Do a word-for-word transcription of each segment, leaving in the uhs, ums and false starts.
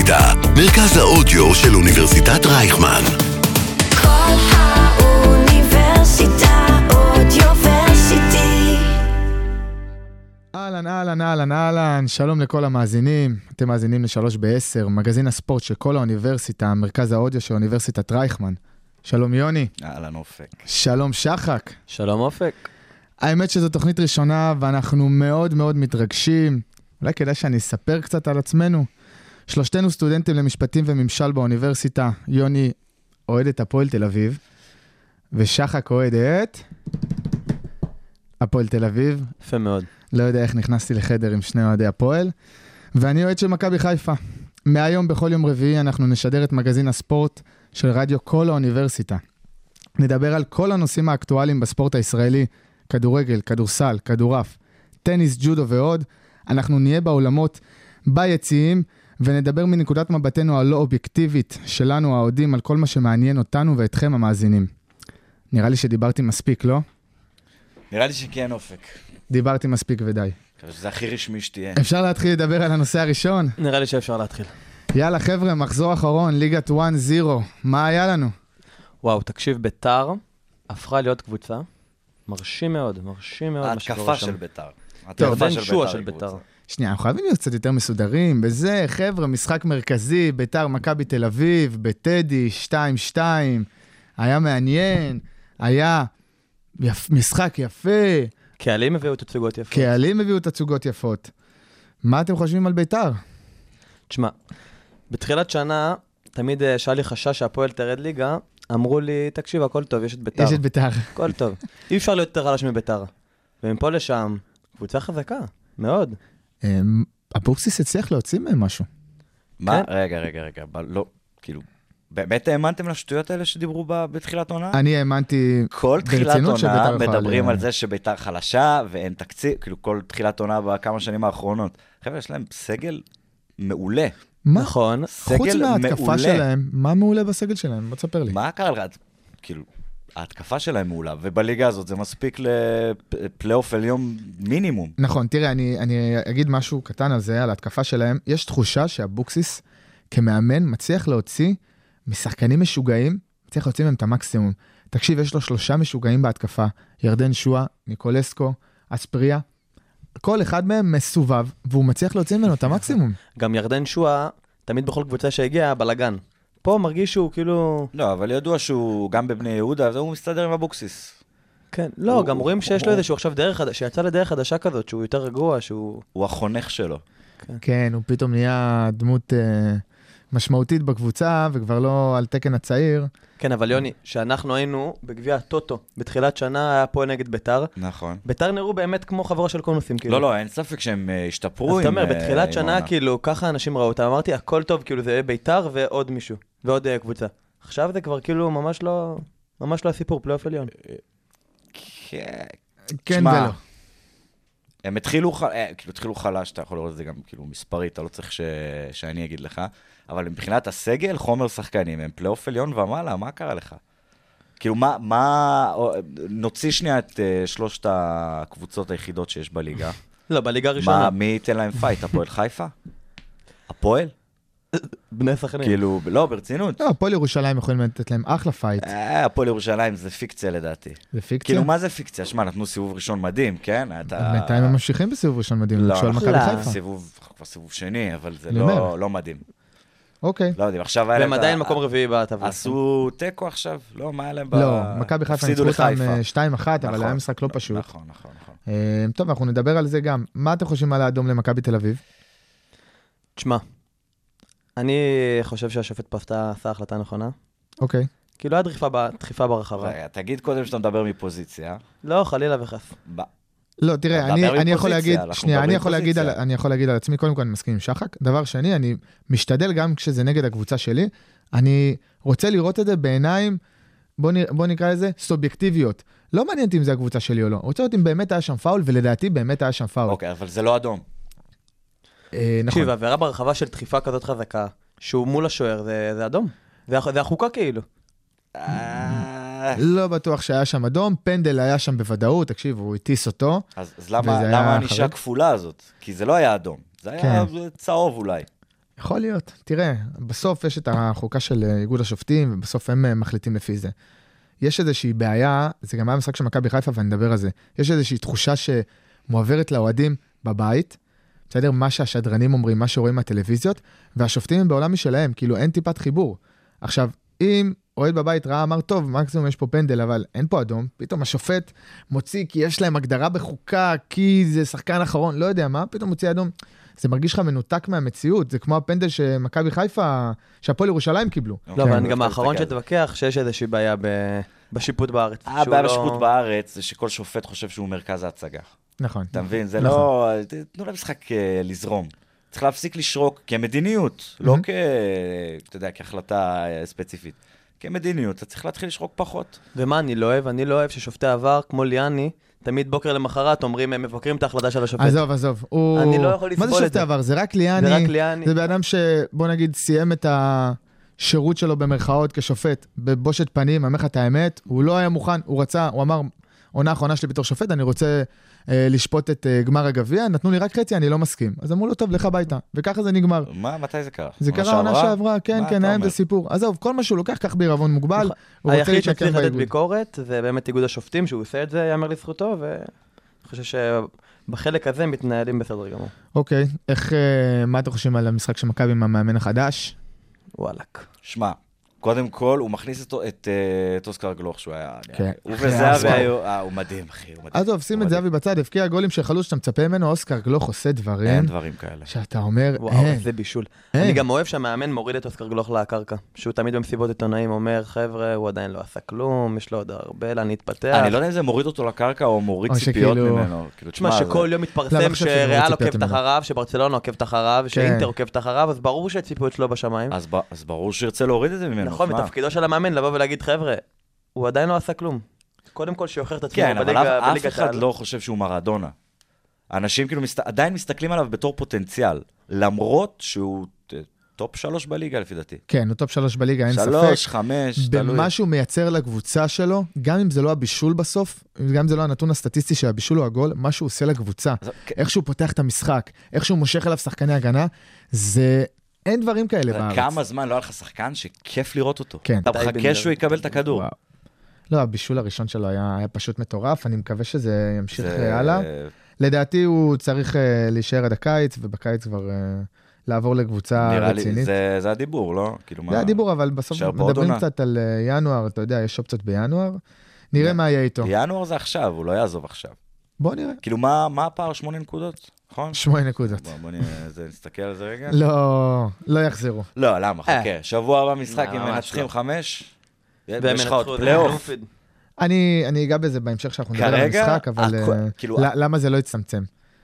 האוניברסיטה, מרכז האודיו של אוניברסיטת רייכמן. כל האוניברסיטה אודיוורסיטי. אהלן, אהלן, אהלן, אהלן, שלום לכל המאזינים. אתם מאזינים לשלוש בעשר, מגזין הספורט של כל האוניברסיטה, מרכז האודיו של אוניברסיטת רייכמן. שלום יוני. אהלן אופק. שלום שחק. שלום אופק. האמת שזו תוכנית ראשונה ואנחנו מאוד מאוד מתרגשים. אולי כדאי שאני אספר קצת על עצמנו. שלושתנו סטודנטים למשפטים וממשל באוניברסיטה. יוני אוהד את הפועל תל אביב, ושחק אוהד את הפועל תל אביב. יפה מאוד. לא יודע איך נכנסתי לחדר עם שני אוהדי הפועל. ואני אוהד של מכבי חיפה. מהיום בכל יום רביעי אנחנו נשדר את מגזין הספורט של רדיו כל האוניברסיטה. נדבר על כל הנושאים האקטואליים בספורט הישראלי, כדורגל, כדורסל, כדורף, טניס, ג'ודו ועוד. אנחנו נהיה בעולמות ביציעים, ונדבר מנקודת מבטנו הלא אובייקטיבית שלנו, האוהדים, על כל מה שמעניין אותנו ואתכם המאזינים. נראה לי שדיברתי מספיק, לא? נראה לי שכן אופק. דיברתי מספיק ודי. זה הכי רשמי שתהיה. אפשר להתחיל לדבר על הנושא הראשון? נראה לי שאפשר להתחיל. יאללה חבר'ה, מחזור אחרון, ליגת אחת אפס. מה היה לנו? וואו, תקשיב, ביתר הפכה להיות קבוצה. מרשים מאוד, מרשים מאוד. ההתקפה של ביתר. ירדן שועה של ביתר. שנייה, אנחנו חייבים להיות קצת יותר מסודרים. בזה, חבר'ה, משחק מרכזי, ביתר מכבי תל אביב, בטדי, שתיים שתיים. היה מעניין, היה יפ... משחק יפה. קהלים הביאו תצוגות יפות. קהלים הביאו תצוגות יפות. מה אתם חושבים על ביתר? תשמע, בתחילת שנה, תמיד שהיה לי חשש שהפועל תרד ליגה, אמרו לי, תקשיב, הכל טוב, יש את ביתר. יש את ביתר. הכל טוב. אי אפשר להיות יותר חלש מביתר. ומפה לשם, קבוצה חזקה, מאוד. אבוקסיס הצליח להוציא מהם משהו. מה? רגע, רגע, רגע. לא, כאילו, באמת האמנתם לשטויות האלה שדיברו בתחילת עונה? אני האמנתי כל תחילת עונה מדברים על זה שביתר חלשה ואין תקציב, כאילו כל תחילת עונה בכמה שנים האחרונות. חבר'ה, יש להם סגל מעולה. נכון. חוץ מההתקפה שלהם, מה מעולה בסגל שלהם? בוא תספר לי. מה קרה לך? כאילו, ההתקפה שלהם מעולה, ובליגה הזאת זה מספיק לפלייאוף עליון מינימום. נכון, תראה, אני, אני אגיד משהו קטן על זה, על ההתקפה שלהם. יש תחושה שאבוקסיס כמאמן מצליח להוציא משחקנים משוגעים, מצליח להוציא מהם את המקסימום. תקשיב, יש לו שלושה משוגעים בהתקפה, ירדן שועה, ניקולסקו, אספריה, כל אחד מהם מסובב, והוא מצליח להוציא ממנו את המקסימום. גם ירדן שועה, תמיד בכל קבוצה שהגיע, בלגן. פה מרגיש שהוא כאילו... לא, אבל ידוע שהוא גם בבני יהודה, הוא מסתדר עם אבוקסיס. כן, לא, גם רואים שיש לו איזשהו עכשיו דרך, שיצא לדרך חדשה כזאת, שהוא יותר רגוע, שהוא... הוא החונך שלו. כן, הוא פתאום נהיה דמות משמעותית בקבוצה, וכבר לא על תקן הצעיר. כן, אבל יוני, שאנחנו היינו בגביע הטוטו, בתחילת שנה היה פה נגד ביתר. נכון. ביתר נראו באמת כמו חברה של קונוסים, כאילו. לא, לא, אין ספק שהם השתפרו. אז אתה אומר, בתחילת שנה, כאילו, ככה אנשים ראו אותם, אמרתי, הכל טוב, כאילו, זה ביתר ועוד מישהו, ועוד קבוצה. עכשיו זה כבר כאילו ממש לא, ממש לא הסיפור, פלייאוף עליון. כן ולא. הם התחילו, כאילו, התחילו חלש, אתה יכול לראות את זה גם, כאילו, מספרית, אתה לא צריך שאני אגיד לך. אבל מבחינת הסגל, חומר שחקנים, הם פלייאוף עליון ומעלה, מה קרה לך? כאילו, מה, מה, נוציא שנייה את שלושת הקבוצות היחידות שיש בליגה. לא, בליגה הראשונה. מה, מי ייתן להם פייט? הפועל חיפה? הפועל? בני שחקנים. כאילו, לא, ברצינות. לא, הפועל ירושלים יכולים לתת להם אחלה פייט. הפועל ירושלים זה פיקציה לדעתי. זה פיקציה? כאילו, מה זה פיקציה? שמע, נתנו סיבוב ראשון מדהים, כן? בינתיים הם ממשיכים בסיבוב ראשון מדהים, לא, נכון, סיבוב, כבר סיבוב שני, אבל זה לא מדהים. אוקיי. לא יודעים, עכשיו והם עדיין מקום רביעי בטבלה. עשו טקו עכשיו? לא, מה היה להם? לא, מכבי חיפה ניצחו אותם שתיים אחת, אבל היה משחק לא פשוט. נכון, נכון, נכון. טוב, אנחנו נדבר על זה גם. מה אתם חושבים על האדום למכבי תל אביב? תשמע, אני חושב שהשופט פסטה עשה החלטה נכונה. אוקיי. כאילו היה דחיפה ברחבה. תגיד קודם שאתה מדבר מפוזיציה. לא, חלילה וחס. לא, תראה, אני, אני יכול להגיד, שנייה, אני יכול להגיד, על, אני יכול להגיד על עצמי, קודם כל אני מסכים עם שחק. דבר שני, אני משתדל גם כשזה נגד הקבוצה שלי, אני רוצה לראות את זה בעיניים, בוא, נ, בוא נקרא לזה, סובייקטיביות. לא מעניין אותי אם זה הקבוצה שלי או לא. רוצה לראות אם באמת היה שם פאול, ולדעתי באמת היה שם פאול. אוקיי, אבל זה לא אדום. אה, נכון. תקשיב, העבירה ברחבה של דחיפה כזאת חזקה, שהוא מול השוער, זה, זה אדום. זה, זה החוקה כאילו. לא בטוח שהיה שם אדום, פנדל היה שם בוודאות, תקשיב, הוא הטיס אותו. אז, אז למה, למה הנישה הכפולה הזאת? כי זה לא היה אדום, זה היה צהוב אולי. יכול להיות. תראה, בסוף יש את החוקה של איגוד השופטים, ובסוף הם מחליטים לפי זה. יש איזושהי בעיה, זה גם היה משחק של מכבי חיפה, ואני אדבר על זה. יש איזושהי תחושה שמועברת לאוהדים בבית, בסדר? מה שהשדרנים אומרים, מה שרואים מהטלוויזיות, והשופטים הם בעולם משלהם, כאילו אין טיפת חיבור. עכשיו, אם אוהד בבית ראה, אמר, טוב, מקסימום יש פה פנדל, אבל אין פה אדום, פתאום השופט מוציא, כי יש להם הגדרה בחוקה, כי זה שחקן אחרון, לא יודע מה, פתאום מוציא אדום. זה מרגיש לך מנותק מהמציאות, זה כמו הפנדל שמכבי חיפה, שהפועל ירושלים קיבלו. לא, אבל אני גם האחרון שתווכח שיש איזושהי בעיה בשיפוט בארץ. הבעיה בשיפוט בארץ זה שכל שופט חושב שהוא מרכז ההצגה. נכון. אתה מבין? זה לא... תנו למשחק לזרום. צריך להפסיק לשרוק כמדיניות, לא כ... אתה יודע, כהחלטה ספציפית. כמדיניות, אתה צריך להתחיל לשרוק פחות. ומה אני לא אוהב? אני לא אוהב ששופטי עבר, כמו ליאני, תמיד בוקר למחרת אומרים, הם מבקרים את ההחלטה של השופט. עזוב, עזוב. הוא... אני לא יכול לסבול את זה. מה זה שופטי עבר? זה רק ליאני. זה רק ליאני. זה באדם שבוא נגיד סיים את השירות שלו במרכאות כשופט, בבושת פנים, אמר לך את האמת, הוא לא היה מוכן, הוא רצה, הוא אמר, עונה האחרונה שלי בתור שופט, אני רוצה אה, לשפוט את אה, גמר הגביע, נתנו לי רק חצי, אני לא מסכים. אז אמרו לו, טוב, לך הביתה. וככה זה נגמר. מה, מתי זה קרה? זה קרה עונה שעברה, כן, כן, היה זה סיפור. עזוב, כל מה שהוא לוקח, כך בעירבון מוגבל. היחיד שצריך לתת ביקורת, זה באמת איגוד השופטים, שהוא עושה את זה, יאמר לזכותו, ואני חושב שבחלק הזה מתנהלים בסדר גמור. אוקיי, איך, מה אתם חושבים על המשחק של מכבי עם המאמן החדש? וואלק. שמע, קודם כל, הוא מכניס את, את, את אוסקר גלוך, שהוא היה... כן. הוא וזהבי היו... אה, הוא מדהים, אחי, הוא מדהים. עזוב, שים את זהבי בצד, הבקיע גולים של חלוץ שאתה מצפה ממנו, אוסקר גלוך עושה דברים... אין דברים כאלה. שאתה אומר, וואו, איזה בישול. אני גם אוהב שהמאמן מוריד את אוסקר גלוך לקרקע, שהוא תמיד במסיבות עיתונאים אומר, חבר'ה, הוא עדיין לא עשה כלום, יש לו עוד הרבה לאן להתפתח. אני לא יודע אם זה מוריד אותו לקרקע או מוריד ציפיות ממנו. תשמע, שכל יום מתפרסם שריאל עוקבת אחריו, שברצלונה עוקבת אחריו, שאינטר עוקבת אחריו, אז ברור שהציפיות שלו בשמיים. אז ברור שירצה להוריד את זה ממנו. נכון, מתפקידו של המאמן לבוא ולהגיד, חבר'ה, הוא עדיין לא עשה כלום. קודם כל שיוכיח את עצמו בליגה. כן, אבל אף אחד לא חושב שהוא מרדונה. אנשים כאילו עדיין מסתכלים עליו בתור פוטנציאל, למרות שהוא טופ שלוש בליגה לפי דעתי. כן, הוא טופ שלוש בליגה, אין ספק. שלוש, חמש, תלוי. במה שהוא מייצר לקבוצה שלו, גם אם זה לא הבישול בסוף, גם אם זה לא הנתון הסטטיסטי של הבישול או הגול, מה שהוא עושה לקבוצה, איך שהוא פותח את המשחק, איך שהוא מושך אליו שחקני הגנה, זה... אין דברים כאלה בארץ. כמה זמן לא היה לך שחקן שכיף לראות אותו. כן. אתה מחכה שהוא יקבל את הכדור. לא, הבישול הראשון שלו היה פשוט מטורף, אני מקווה שזה ימשיך הלאה. לדעתי הוא צריך להישאר עד הקיץ, ובקיץ כבר לעבור לקבוצה רצינית. זה הדיבור, לא? זה הדיבור, אבל בסוף מדברים קצת על ינואר, אתה יודע, יש אופציות בינואר. נראה מה יהיה איתו. ינואר זה עכשיו, הוא לא יעזוב עכשיו. בוא נראה. כאילו, מה הפער? שמונה נקודות? נכון? שמונה נקודות. בוא נסתכל על זה רגע. לא, לא יחזרו. לא, למה? חכה. שבוע הבא משחק, אם מנצחים חמש, יש לך עוד פלייאוף. אני אגע בזה בהמשך שאנחנו נדבר על המשחק, אבל למה זה לא יצטמצם?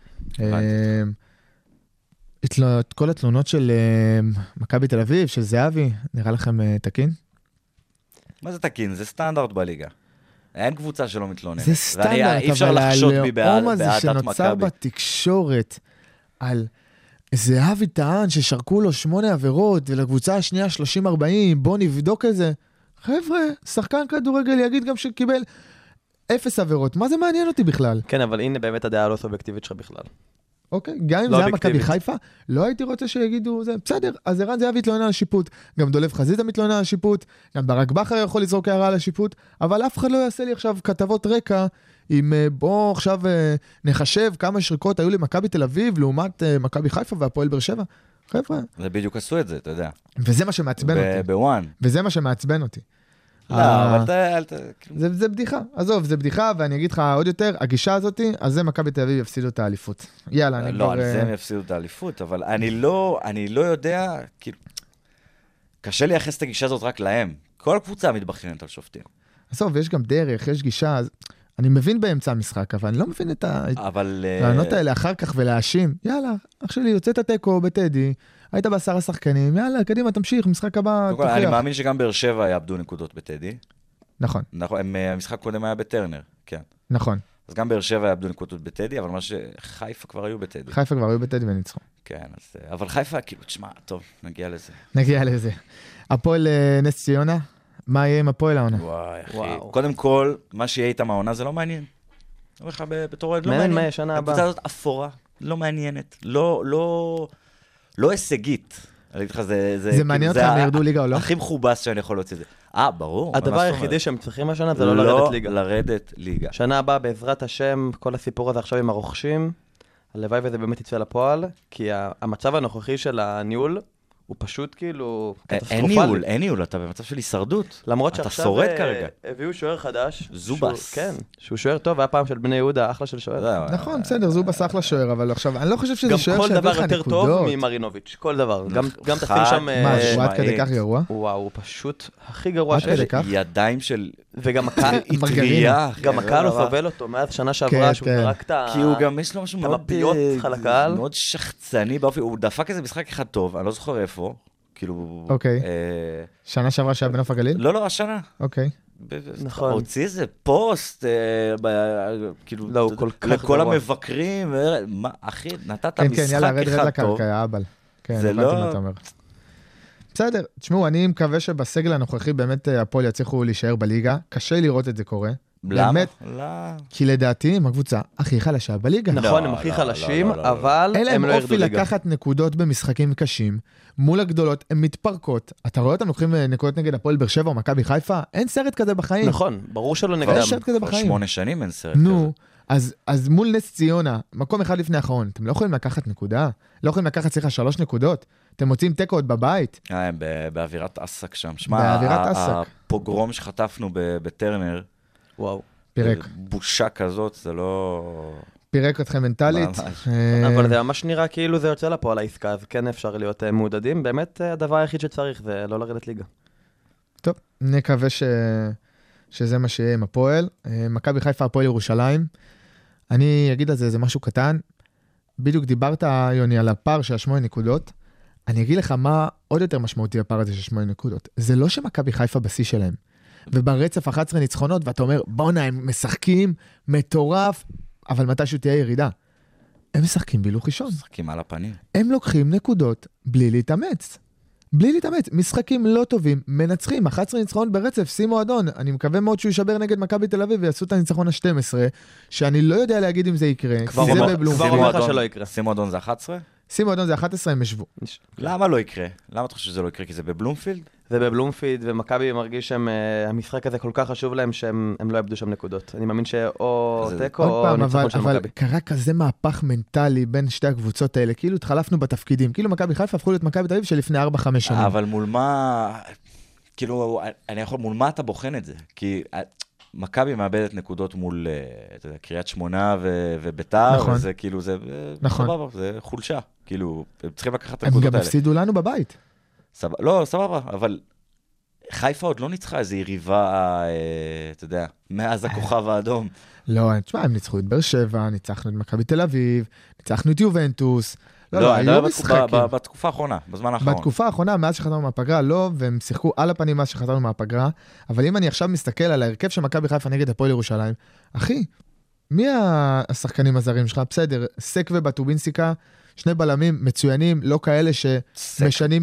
את כל התלונות של מכבי תל אביב, של זהבי, נראה לכם תקין? מה זה תקין? זה סטנדרט בליגה. אין קבוצה שלא מתלוננת. זה סטנדרט, אבל הלאום הזה שנוצר בתקשורת על זהבי טען ששרקו לו שמונה עבירות, ולקבוצה השנייה שלושים ארבעים, בוא נבדוק את זה. חבר'ה, שחקן כדורגל יגיד גם שקיבל אפס עבירות. מה זה מעניין אותי בכלל? כן, אבל הנה באמת הדעה לא סובייקטיבית שלך בכלל. אוקיי, גם אם זה היה מכבי חיפה, לא הייתי רוצה שיגידו זה, בסדר, אז ערן זהבי מתלונן על השיפוט, גם דולב חזיזה מתלונן על השיפוט, גם ברק בכר יכול לזרוק הערה על השיפוט, אבל אף אחד לא יעשה לי עכשיו כתבות רקע, אם בוא עכשיו נחשב כמה שריקות היו למכבי תל אביב, לעומת מכבי חיפה והפועל באר שבע. חבר'ה. זה בדיוק עשו את זה, אתה יודע. וזה מה שמעצבן אותי. בוואן. וזה מה שמעצבן אותי. לא, אבל אתה... זה בדיחה, עזוב, זה בדיחה, ואני אגיד לך עוד יותר, הגישה הזאת, אז זה מכבי תל אביב יפסידו את האליפות. יאללה, אני כבר... לא, על זה הם יפסידו את האליפות, אבל אני לא, אני לא יודע, כאילו, קשה לייחס את הגישה הזאת רק להם. כל קבוצה מתבחנת על שופטים. עזוב, יש גם דרך, יש גישה, אני מבין באמצע המשחק, אבל אני לא מבין את הרעיונות האלה אחר כך ולהאשים. יאללה, אח שלי, יוצאת הטקו בטדי, היית בעשרה שחקנים, יאללה, קדימה, תמשיך, משחק הבא, תוכיח. אני מאמין שגם באר שבע יאבדו נקודות בטדי. נכון. נכון, המשחק קודם היה בטרנר, כן. נכון. אז גם באר שבע יאבדו נקודות בטדי, אבל מה שחיפה כבר היו בטדי. חיפה כבר היו בטדי וניצחו. כן, אז... אבל חיפה, כאילו, תשמע, טוב, נגיע לזה. נגיע לזה. הפועל נס ציונה, מה יהיה עם הפועל העונה? וואי, אחי. קודם כל, מה שיהיה איתם העונה זה לא מעניין. אומר לך בתור אוהד, לא מעניין. הקבוצה הזאת אפורה, לא מעניינת, לא, לא, לא הישגית. אני אגיד לך, זה... זה מעניין אותך אם ירדו ליגה או לא? הכי מכובס שאני יכול להוציא את זה. אה, ברור. הדבר היחידי שהם צריכים השנה זה לא לרדת ליגה. לא לרדת ליגה. שנה הבאה, בעזרת השם, כל הסיפור הזה עכשיו עם הרוכשים, הלוואי וזה באמת יצא לפועל, כי המצב הנוכחי של הניהול, הוא פשוט כאילו קטסטרופלי. אין ניהול, אין ניהול, אתה במצב של הישרדות. למרות שעכשיו הביאו שוער חדש. זובס. כן, שהוא שוער טוב, היה פעם של בני יהודה, אחלה של שוער. נכון, בסדר, זובס אחלה שוער, אבל עכשיו, אני לא חושב שזה שוער גם כל שעבר לך דבר יותר נקודות. טוב ממרינוביץ', כל דבר. גם תפעיל שם... מה, הוא עד כדי כך גרוע? וואו, הוא פשוט הכי גרוע שיש. ידיים של... וגם הקהל... מרגרינה. גם הקהל הוא סובל אותו, מאז שנה שעברה, שהוא זרק את ה... כי הוא גם יש לו משהו מאוד שחצני באופי, הוא דפק איזה משחק אחד טוב, אני לא זוכר איפה. כאילו... אוקיי. שנה שעברה שהיה בנוף הגליל? לא, לא, השנה. אוקיי. נכון. הוציא איזה פוסט, כאילו, לא, הוא כל כך לכל המבקרים, אחי, נתת משחק אחד טוב. כן, כן, יאללה, רד רד לקרקע, האבל. כן, זה לא... בסדר, תשמעו, אני מקווה שבסגל הנוכחי באמת הפועל יצליחו להישאר בליגה, קשה לראות את זה קורה. למה? כי לדעתי הם הקבוצה הכי חלשה בליגה. נכון, הם הכי חלשים, אבל הם לא ירדו ליגה. אין להם אופי לקחת נקודות במשחקים קשים, מול הגדולות, הם מתפרקות. אתה רואה אותם לוקחים נקודות נגד הפועל באר שבע או מכבי חיפה? אין סרט כזה בחיים. נכון, ברור שלא נגדם. אין סרט כזה בחיים. שמונה שנים אין סרט כזה. נו, אז מול נס ציונה, מקום אחד לפני האחרון, אתם לא יכולים לקחת נקודה? לא יכולים לקחת, סליחה, שלוש נקודות? אתם מוצאים טקות בבית? אה, הם באווירת עסק שם. שמע, הפוגרום שחטפנו בטרנר, וואו. פירק. בושה כזאת, זה לא... פירק אתכם מנטלית. אבל זה ממש נראה כאילו זה יוצא לפועל העסקה, אז כן אפשר להיות מעודדים. באמת הדבר היחיד שצריך זה לא לרדת ליגה. טוב, נקווה ש... שזה מה שיהיה עם הפועל. מכבי חיפה, הפועל ירושלים. אני אגיד על זה, זה משהו קטן. בדיוק דיברת, יוני, על הפער של השמונה נקודות. אני אגיד לך מה עוד יותר משמעותי הפער הזה של שמונה נקודות. זה לא שמכבי חיפה בשיא שלהם. וברצף אחת עשרה ניצחונות, ואתה אומר, בוא'נה, הם משחקים מטורף, אבל מתישהו תהיה ירידה. הם משחקים בהילוך ראשון. משחקים על הפנים. הם לוקחים נקודות בלי להתאמץ. בלי להתאמץ. משחקים לא טובים, מנצחים. אחת עשרה ניצחונות ברצף, שימו אדון. אני מקווה מאוד שהוא ישבר נגד מכבי תל אביב, ויעשו את הניצחון ה-שתים עשרה, שאני לא יודע להגיד אם זה יקרה. כבר אומר לך שלא יקרה. שימו אדון זה אחת עשרה? שימו אדון זה אחת עשרה, הם ישבו. למה לא יקרה? למה אתה חושב שזה לא יקרה? כי זה בבלומפילד? זה בבלומפילד, ומכבי מרגיש שהמשחק הזה כל כך חשוב להם שהם לא יאבדו שם נקודות. אני מאמין שאו טקו או ניצחון של מכבי. אבל קרה כזה מהפך מנטלי בין שתי הקבוצות האלה, כאילו התחלפנו בתפקידים, כאילו מכבי חיפה הפכו להיות מכבי תל אביב שלפני ארבע חמש שנים. אבל מול מה, כאילו, אני יכול, מול מה אתה בוחן את זה? כי מכבי מאבדת נקודות מול קריית שמונה וביתר, וזה כאילו, זה חולשה. כאילו, הם צריכים לקחת את הנקודות האלה. הם גם הפסידו לנו בבית. לא, סבבה, אבל חיפה עוד לא ניצחה איזו יריבה, אתה יודע, מאז הכוכב האדום. לא, תשמע, הם ניצחו את באר שבע, ניצחנו את מכבי תל אביב, ניצחנו את יובנטוס. לא, לא, היו משחקים. בתקופה האחרונה, בזמן האחרון. בתקופה האחרונה, מאז שחזרנו מהפגרה, לא, והם שיחקו על הפנים מאז שחזרנו מהפגרה, אבל אם אני עכשיו מסתכל על ההרכב של מכבי חיפה נגד הפועל ירושלים, אחי, מי השחקנים הזרים שלך? בסדר, סק ובטובינסיקה, שני בלמים מצוינים, לא כאלה שמשנים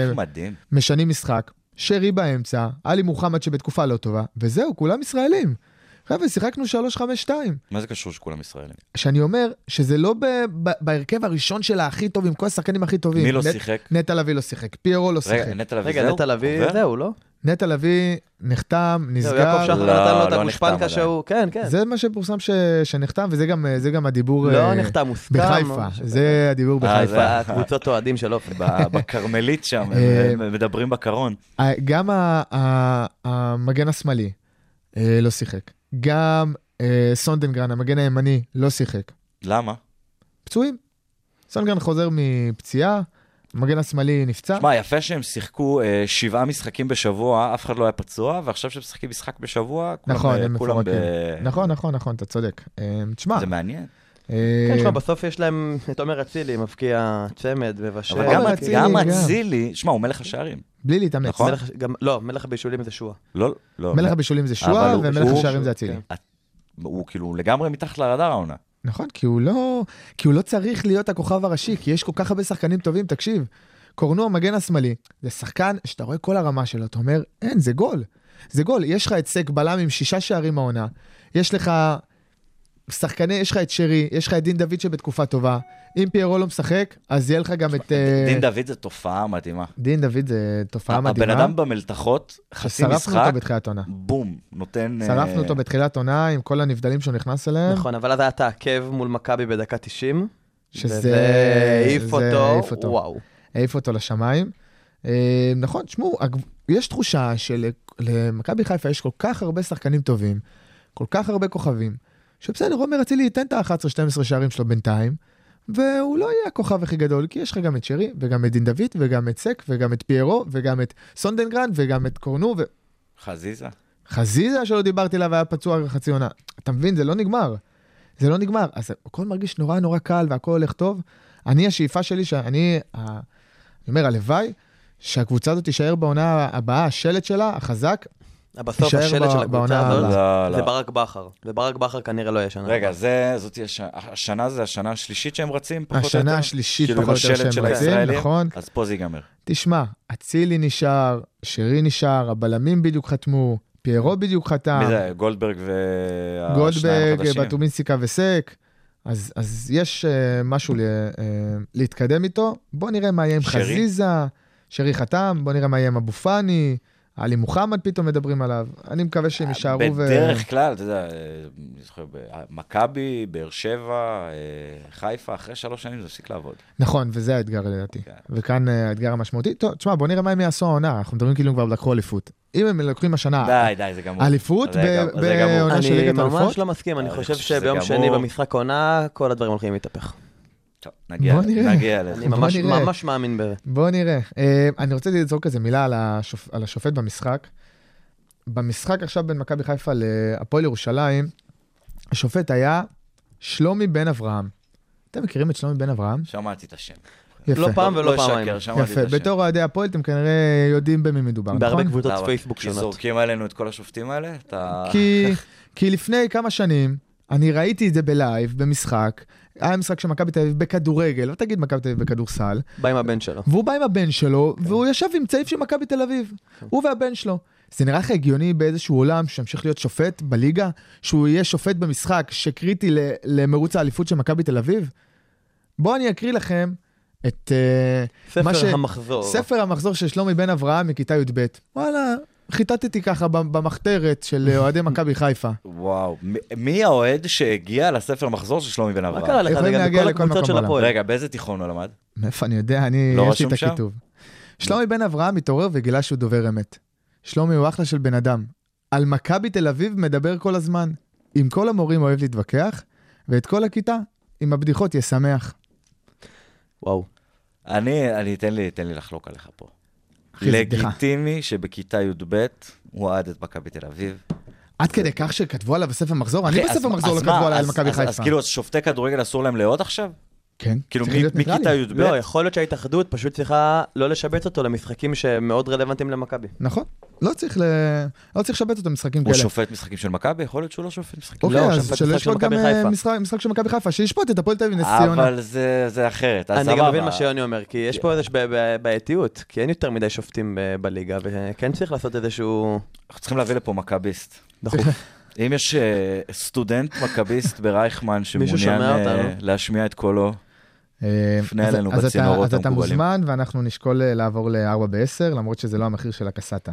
משנים משחק. שרי באמצע, עלי מוחמד שבתקופה לא טובה, וזהו, כולם ישראלים. חבר'ה, שיחקנו שלוש חמש שתיים. מה זה קשור שכולם ישראלים? שאני אומר שזה לא בהרכב הראשון שלה הכי טוב, עם כל השחקנים הכי טובים. מי לא שיחק? נטע לביא לא שיחק, פיירו לא שיחק. רגע, נטע לביא זהו, לא? נטע לביא נחתם, נסגר. יעקב שחר נתן לו את הגושפנקה שהוא, כן, כן. זה מה שפורסם שנחתם, וזה גם הדיבור לא נחתם, מוסכם. בחיפה, זה הדיבור בחיפה. הקבוצות אוהדים של אופן. בקרמלית שם, מדברים בקרון. גם המגן השמאלי לא שיחק. גם סונדנגרן, המגן הימני, לא שיחק. למה? פצועים. סונדנגרן חוזר מפציעה, המגן השמאלי נפצע. שמע, יפה שהם שיחקו אה, שבעה משחקים בשבוע, אף אחד לא היה פצוע, ועכשיו שהם משחקים משחק בשבוע, כולם, נכון, ב, הם כולם ב... נכון, נכון, נכון, אתה צודק. אה, תשמע. זה מעניין. אה... כן, שמע, בסוף יש להם את עומר אצילי, מבקיע צמד ובשל. אבל גם, אצילי, גם אצילי, שמע, הוא מלך השערים. בלי להתאמץ. נכון? מלך, גם, לא, מלך הבישולים זה שועה. לא, לא. מלך הבישולים זה שועה, ומלך השערים זה אצילי. כן. הוא כאילו לגמרי מתחת לרדאר העונה. נכון, כי הוא לא, כי הוא לא צריך להיות הכוכב הראשי, כי יש כל כך הרבה שחקנים טובים, תקשיב. קורנו המגן השמאלי, זה שחקן שאתה רואה כל הרמה שלו, אתה אומר, אין, זה גול. זה גול. יש לך את סק בלם עם שישה שערים העונה, יש לך שחקני, יש לך את שרי, יש לך את דין דוד שבתקופה טובה. אם פיירו לא משחק, אז יהיה לך גם את... דין דוד זה תופעה מדהימה. דין דוד זה תופעה מדהימה. הבן אדם במלתחות, חצי משחק, שרפנו אותו בתחילת עונה. בום, נותן... שרפנו אותו בתחילת עונה עם כל הנבדלים שהוא נכנס אליהם. נכון, אבל אז היה תעכב מול מכבי בדקה תשעים. שזה... העיף אותו, וואו. העיף אותו לשמיים. נכון, תשמעו, יש תחושה שלמכבי חיפה יש כל כך הרבה שחקנים טובים, כל כך הרבה כוכבים, שבסדר, עומר אצילי ייתן את ה-אחת עשרה שתים עשרה שערים שלו בינתיים, והוא לא יהיה הכוכב הכי גדול, כי יש לך גם את שרי, וגם את דין דוד, וגם את סק, וגם את פיירו, וגם את סונדנגרנד, וגם את קורנו, ו... חזיזה. חזיזה שלא דיברתי לה, והיה פצוע חצי עונה. אתה מבין, זה לא נגמר. זה לא נגמר. אז הכל מרגיש נורא נורא קל, והכל הולך טוב. אני, השאיפה שלי, שאני, אני אומר, הלוואי, שהקבוצה הזאת תישאר בעונה הבאה, השלט שלה, החזק, בסוף השלט של הקבוצה הזאת, זה ברק בכר. וברק בכר כנראה לא יהיה שנה. רגע, זאת השנה, זה השנה השלישית שהם רצים? השנה השלישית פחות או יותר שהם רצים, נכון? אז פה זה ייגמר. תשמע, אצילי נשאר, שרי נשאר, הבלמים בדיוק חתמו, פיירו בדיוק חתם. מי זה? גולדברג והשניים גולדברג, החדשים? בטומינסיקה וסק. אז, אז יש uh, משהו ל, uh, להתקדם איתו. בוא נראה מה יהיה עם שרי? חזיזה, שרי חתם, בוא נראה מה יהיה עם אבו פאני, עלי מוחמד פתאום מדברים עליו. אני מקווה שהם יישארו ו... בדרך כלל, אתה יודע, מכבי, באר שבע, חיפה, אחרי שלוש שנים זה הפסיק לעבוד. נכון, וזה האתגר לדעתי. כן. וכאן האתגר המשמעותי. טוב, תשמע, בוא נראה מה הם יעשו העונה. אנחנו מדברים כאילו כבר לקחו אליפות. אם הם לקחים השנה... די, די, זה גמור. אליפות בעונה של ליגת האלופות. אני ממש לא מסכים, אני חושב שביום שני במשחק העונה, כל הדברים הולכים להתהפך. טוב, נגיע, נגיע לזה. אני ממש, ממש מאמין בזה. בוא נראה. אני רוצה לזרוק איזה מילה על, השופ... על השופט במשחק. במשחק עכשיו בין מכבי חיפה להפועל ירושלים, השופט היה שלומי בן אברהם. אתם מכירים את שלומי בן אברהם? שמעתי את השם. יפה. לא פעם ולא פעמיים. יפה, בתור אוהדי הפועל אתם כנראה יודעים במי מדובר, נכון? בהרבה קבוצות פייסבוק שונות. כי זורקים עלינו את כל השופטים האלה? כי לפני כמה שנים, אני ראיתי את זה בלייב, במשחק, היה משחק של מכבי תל אביב בכדורגל, לא תגיד מכבי תל אביב בכדורסל. בא עם הבן שלו. והוא בא עם הבן שלו, והוא ישב עם צעיף של מכבי תל אביב. הוא והבן שלו. זה נראה לך הגיוני באיזשהו עולם שימשיך להיות שופט בליגה, שהוא יהיה שופט במשחק שקריטי למרוץ האליפות של מכבי תל אביב? בואו אני אקריא לכם את... ספר ש... המחזור. ספר המחזור של שלומי בן אברהם מכיתה י' ב'. וואלה, חיטטתי ככה במחתרת של אוהדי מכבי חיפה. וואו, מי האוהד שהגיע לספר מחזור של שלומי בן אברהם? מה קרה לך? זה גם בכל הקבוצות של הפועל. רגע, באיזה תיכון הוא למד? מאיפה אני יודע, אני... לא יש לי את הכיתוב. שלומי בן אברהם מתעורר וגילה שהוא דובר אמת. שלומי הוא אחלה של בן אדם. על מכבי תל אביב מדבר כל הזמן. עם כל המורים אוהב להתווכח, ואת כל הכיתה, עם הבדיחות ישמח. וואו. אני, אני, תן לי, תן לי לחלוק עליך פה. לגיטימי שבכיתה י' ב' הוא אוהד את מכבי תל אביב. עד כדי כך שכתבו עליו בספר מחזור? אני בספר מחזור לא כתבו עליי על מכבי חיפה. אז כאילו שופטי כדורגל אסור להם לאהוד עכשיו? כן. כאילו מכיתה י' ב'? לא, יכול להיות שההתאחדות פשוט צריכה לא לשבץ אותו למשחקים שמאוד רלוונטיים למכבי. נכון. לא צריך לשבץ אותו משחקים כאלה. הוא שופט משחקים של מכבי? יכול להיות שהוא לא שופט משחקים. אוקיי, אז שלא ישפוט גם משחק של מכבי חיפה, שישפוט את הפועל תל אביב נס ציונה. אבל זה אחרת. אני גם מבין מה שיוני אומר, כי יש פה איזושהי בעייתיות, כי אין יותר מדי שופטים בליגה, וכן צריך לעשות איזשהו... אנחנו צריכים להביא לפה מכביסט. דחוף. אם יש סטודנט מכביסט ברייכמן שמעוניין להשמיע את קולו, פנה אלינו בצינורות המקובלים. אז אתה מוזמן, ואנחנו נשקול לעבור ל-ארבע בעשר, למרות שזה לא המחיר של הקסטה.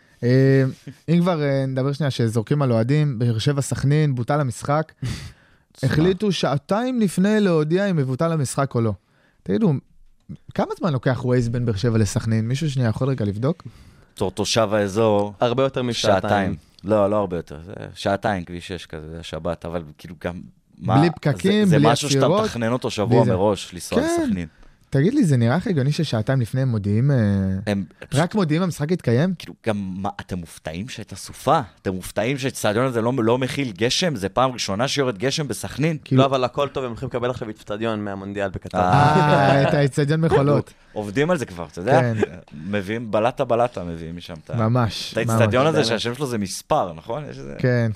אם כבר נדבר שנייה שזורקים על אוהדים, באר שבע סכנין, בוטל המשחק, החליטו שעתיים לפני להודיע אם מבוטל המשחק או לא. תגידו, כמה זמן לוקח ווייז בין באר שבע לסכנין? מישהו שנייה יכול רגע לבדוק? תור תושב האזור. הרבה יותר משעתיים. לא, לא הרבה יותר. שעתיים, כביש שש כזה, זה שבת, אבל כאילו גם... בלי פקקים, בלי עצירות. זה משהו שאתה מתכנן אותו שבוע מראש, לנסוע לסכנין. תגיד לי, זה נראה לך הגיוני ששעתיים לפני הם מודיעים, רק מודיעים המשחק יתקיים? כאילו, גם, אתם מופתעים שהייתה סופה? אתם מופתעים שהאצטדיון הזה לא מכיל גשם? זה פעם ראשונה שיורד גשם בסכנין? לא, אבל הכל טוב, הם הולכים לקבל עכשיו אצטדיון מהמונדיאל בקטר. אה, את האצטדיון מחולות. עובדים על זה כבר, אתה יודע? מביאים, בלטה בלטה מביאים משם. ממש. את האצטדיון הזה שהשם שלו זה מספר, נכון? כן.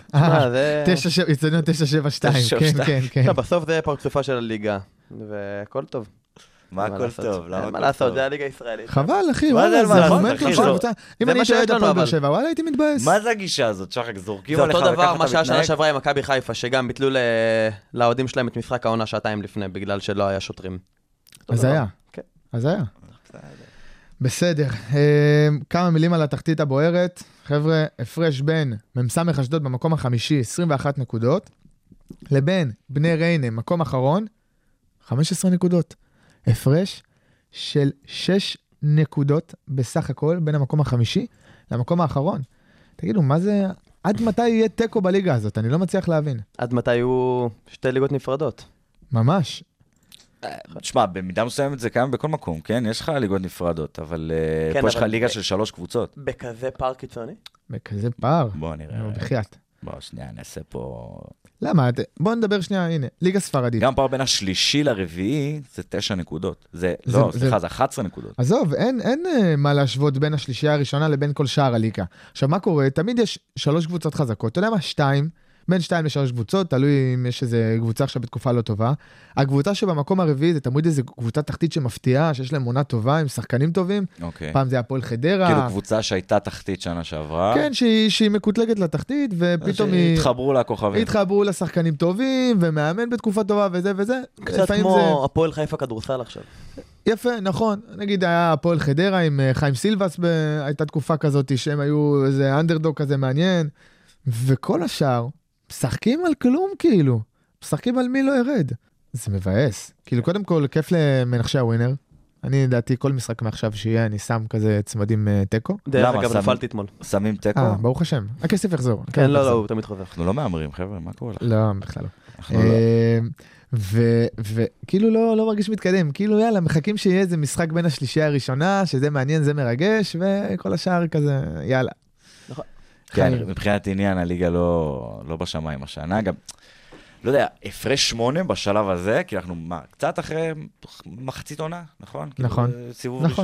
אצטדיון תשע שבע שתיים, כן, כן, כן. בסוף זה פרצופה של הליגה, והכל טוב. מה הכל טוב? מה לעשות, זה הליגה הישראלית. חבל, אחי, מה זה מה לעשות, אחי? אם אני שואל את הפועל באר שבע, וואלה, הייתי מתבאס. מה זה הגישה הזאת, שחק? זורקים זה עליך אותו דבר, לקחת מה שהיה שנה המתנהג? שעברה עם מכבי חיפה, שגם ביטלו לאוהדים שלהם את משחק העונה שעתיים לפני, בגלל שלא היה שוטרים. אז היה. כן. אז היה. בסדר. כמה מילים על התחתית הבוערת. חבר'ה, הפרש בין ממסמך אשדוד במקום החמישי, עשרים ואחת נקודות, לבין בני ריינה, מקום אחרון, חמש עשרה נקודות. הפרש של שש נקודות בסך הכל, בין המקום החמישי למקום האחרון. תגידו, מה זה... עד מתי יהיה טקו בליגה הזאת? אני לא מצליח להבין. עד מתי יהיו שתי ליגות נפרדות? ממש. תשמע, במידה מסוימת זה קיים בכל מקום, כן? יש לך ליגות נפרדות, אבל פה יש לך ליגה של שלוש קבוצות. בכזה פער קיצוני? בכזה פער? בוא נראה. בחייאת. בוא, שנייה, נעשה פה... למה? בוא נדבר שנייה, הנה, ליגה ספרדית. גם פער בין השלישי לרביעי זה תשע נקודות. זה, לא, סליחה, זה אחת עשרה נקודות. עזוב, אין, אין מה להשוות בין השלישייה הראשונה לבין כל שאר הליגה. עכשיו, מה קורה? תמיד יש שלוש קבוצות חזקות. אתה יודע מה? שתיים, בין שתיים לשלוש קבוצות, תלוי אם יש איזה קבוצה עכשיו בתקופה לא טובה. הקבוצה שבמקום הרביעי זה תמיד איזה קבוצה תחתית שמפתיעה, שיש להם עונה טובה, עם שחקנים טובים. אוקיי. פעם זה הפועל חדרה. כאילו קבוצה שהייתה תחתית שנה שעברה. כן, שהיא, שהיא מקוטלגת לתחתית, ופתאום היא... התחברו לכוכבים. התחברו לשחקנים טובים, ומאמן בתקופה טובה וזה וזה. קצת כמו זה... הפועל חיפה כדורסל עכשיו. יפה, נכון. נגיד היה הפועל חדרה עם חיים סילבס, ב... הייתה תקופה כזאת שהם היו איזה אנדרדוג כזה מעניין, וכל השאר משחקים על כלום כאילו. משחקים על מי לא ירד. זה מבאס. כאילו קודם כל כיף למנחשי הווינר. אני לדעתי כל משחק מעכשיו שיהיה, אני שם כזה צמדים טקו. דרך אגב, נפלתי אתמול. שמים טקו? אה, ברוך השם. הכסף יחזור. כן, לא, לא, הוא תמיד חוזר. אנחנו לא מאמרים, חבר'ה, מה קורה לך? לא, בכלל לא. וכאילו לא, לא מרגיש מתקדם, כאילו יאללה, מחכים שיהיה איזה משחק בין השלישייה הראשונה, שזה מעניין, זה מרגש, וכל השאר כזה, יאללה. נכון. כן, מבחינת עניין, הליגה לא, לא בשמיים השנה, גם, לא יודע, הפרש שמונה בשלב הזה, כי אנחנו, מה, קצת אחרי מחצית עונה, נכון? נכון, סיבוב נכון.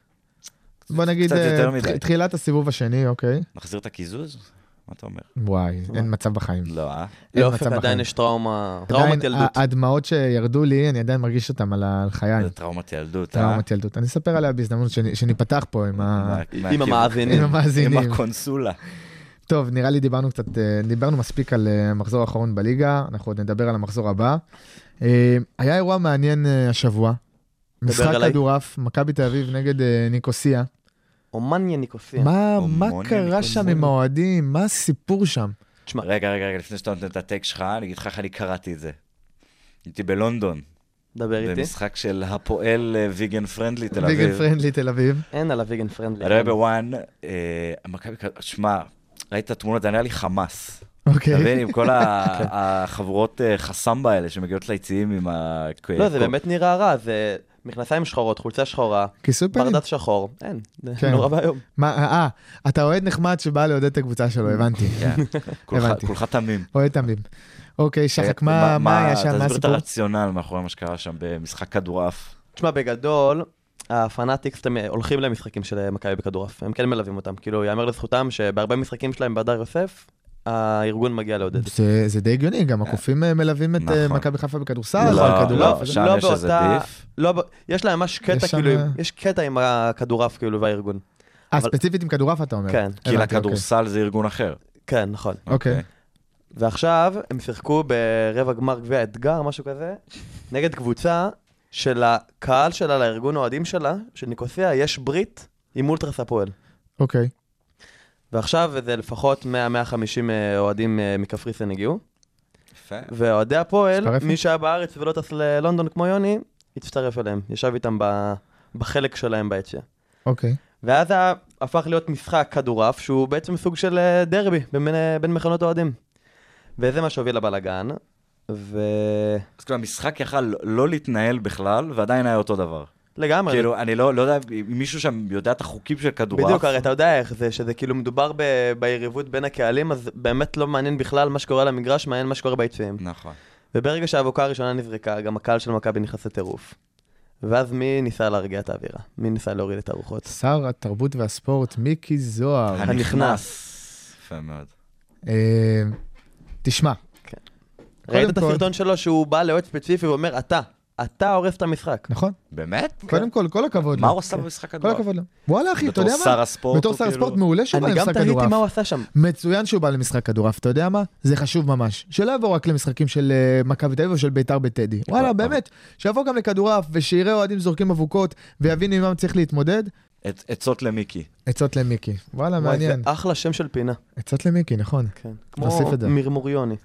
בוא נגיד, תחילת הסיבוב השני, אוקיי. נחזיר את הכיזוז? מה אתה אומר? וואי, אין מצב בחיים. לא, אה? לאופק עדיין יש טראומה, טראומת ילדות. הדמעות שירדו לי, אני עדיין מרגיש אותם על חיי. זה טראומת ילדות, אה? טראומת ילדות. אני אספר עליה בהזדמנות שניפתח פה עם המאזינים. עם המאזינים. עם הקונסולה. טוב, נראה לי דיברנו קצת, דיברנו מספיק על המחזור האחרון בליגה, אנחנו עוד נדבר על המחזור הבא. היה אירוע מעניין השבוע. משחק כדורעף, מכבי תל אביב נגד ניקוסיה. אומניה ניקוסיה. מה, מה קרה שם עם האוהדים? מה הסיפור שם? תשמע, רגע, רגע, רגע, לפני שאתה נותן את הטקסט שלך, אני אגיד לך איך אני קראתי את זה. הייתי בלונדון. דבר איתי. במשחק של הפועל ויגן פרנדלי תל אביב. ויגן פרנדלי תל אביב. אין על הוויגן פרנדלי. אני רואה בוואן, מכבי, שמע, ראית את התמונות, זה היה לי חמאס. אוקיי. תבין, עם כל החבורות חסמבה האלה שמגיעות ליציאים עם ה... לא, זה באמת נראה רע, זה... מכנסיים שחורות, חולצה שחורה, ברדס שחור, אין, זה נורא ביום. אה, אתה אוהד נחמד שבא לעודד את הקבוצה שלו, הבנתי. כולך תמים. אוהד תמים. אוקיי, שחק, מה היה שם, מה הסיפור? תסביר את הרציונל מאחורי מה שקרה שם במשחק כדורעף. תשמע, בגדול, הפנאטיקס הולכים למשחקים של מכבי בכדורעף, הם כן מלווים אותם, כאילו, יאמר לזכותם שבהרבה משחקים שלהם בהדר יוסף, הארגון מגיע לעודד. זה די הגיוני, גם הקופים מלווים את מכבי חיפה בכדורסל. לא, שם יש איזה דיף. יש להם ממש קטע, כאילו, יש קטע עם הכדורעף, כאילו, והארגון. אה, ספציפית עם כדורעף, אתה אומר? כן. כי לכדורסל זה ארגון אחר. כן, נכון. אוקיי. ועכשיו הם שיחקו ברבע גמר גביע אתגר, משהו כזה, נגד קבוצה של הקהל שלה, לארגון האוהדים שלה, של ניקוסיה, יש ברית עם אולטרס הפועל. אוקיי. ועכשיו זה לפחות מאה עד מאה וחמישים אוהדים מקפריסין הגיעו. יפה. ואוהדי הפועל, מי שהיה בארץ ולא טס ללונדון כמו יוני, הצטרף אליהם. ישב איתם בחלק שלהם ביציע. אוקיי. ואז הפך להיות משחק כדורעף, שהוא בעצם סוג של דרבי בין, בין מחנות אוהדים. וזה מה שהוביל לבלגן. ו... אז כאילו, המשחק יכל לא להתנהל בכלל, ועדיין היה אותו דבר. לגמרי. כאילו, אני לא, לא יודע, אם מישהו שם יודע את החוקים של כדורעף. בדיוק, הרי אתה יודע איך זה, שזה כאילו מדובר ב, ביריבות בין הקהלים, אז באמת לא מעניין בכלל מה שקורה למגרש, מעניין מה שקורה ביציעים. נכון. וברגע שהאבוקה הראשונה נזרקה, גם הקהל של מכבי נכנס לטירוף. ואז מי ניסה להרגיע את האווירה? מי ניסה להוריד את הרוחות? שר התרבות והספורט, מיקי זוהר. הנכנס. יפה מאוד. תשמע. ראית את הסרטון שלו שהוא בא לאוהד ספציפי ואומר, אתה, אתה הורס את המשחק. נכון. באמת? קודם כל, כל הכבוד. מה הוא עשה במשחק כדורעף? כל הכבוד לו. וואלה אחי, אתה יודע מה? בתור שר הספורט. בתור שר הספורט מעולה שהוא בא למשחק כדורעף. אני גם תהיתי מה הוא עשה שם. מצוין שהוא בא למשחק כדורעף, אתה יודע מה? זה חשוב ממש. שלא יבוא רק למשחקים של מכבי תל אביב או של בית"ר בטדי. וואלה, באמת, שיבוא גם לכדורעף ושיראה אוהדים זורקים אבוקות ויבין עם מה צריך להתמודד. עצות למיקי. עצות למיקי. וואלה, מעניין. זה אחלה שם של פינה. עצות למיקי, נכון. כמו מרמוריוני.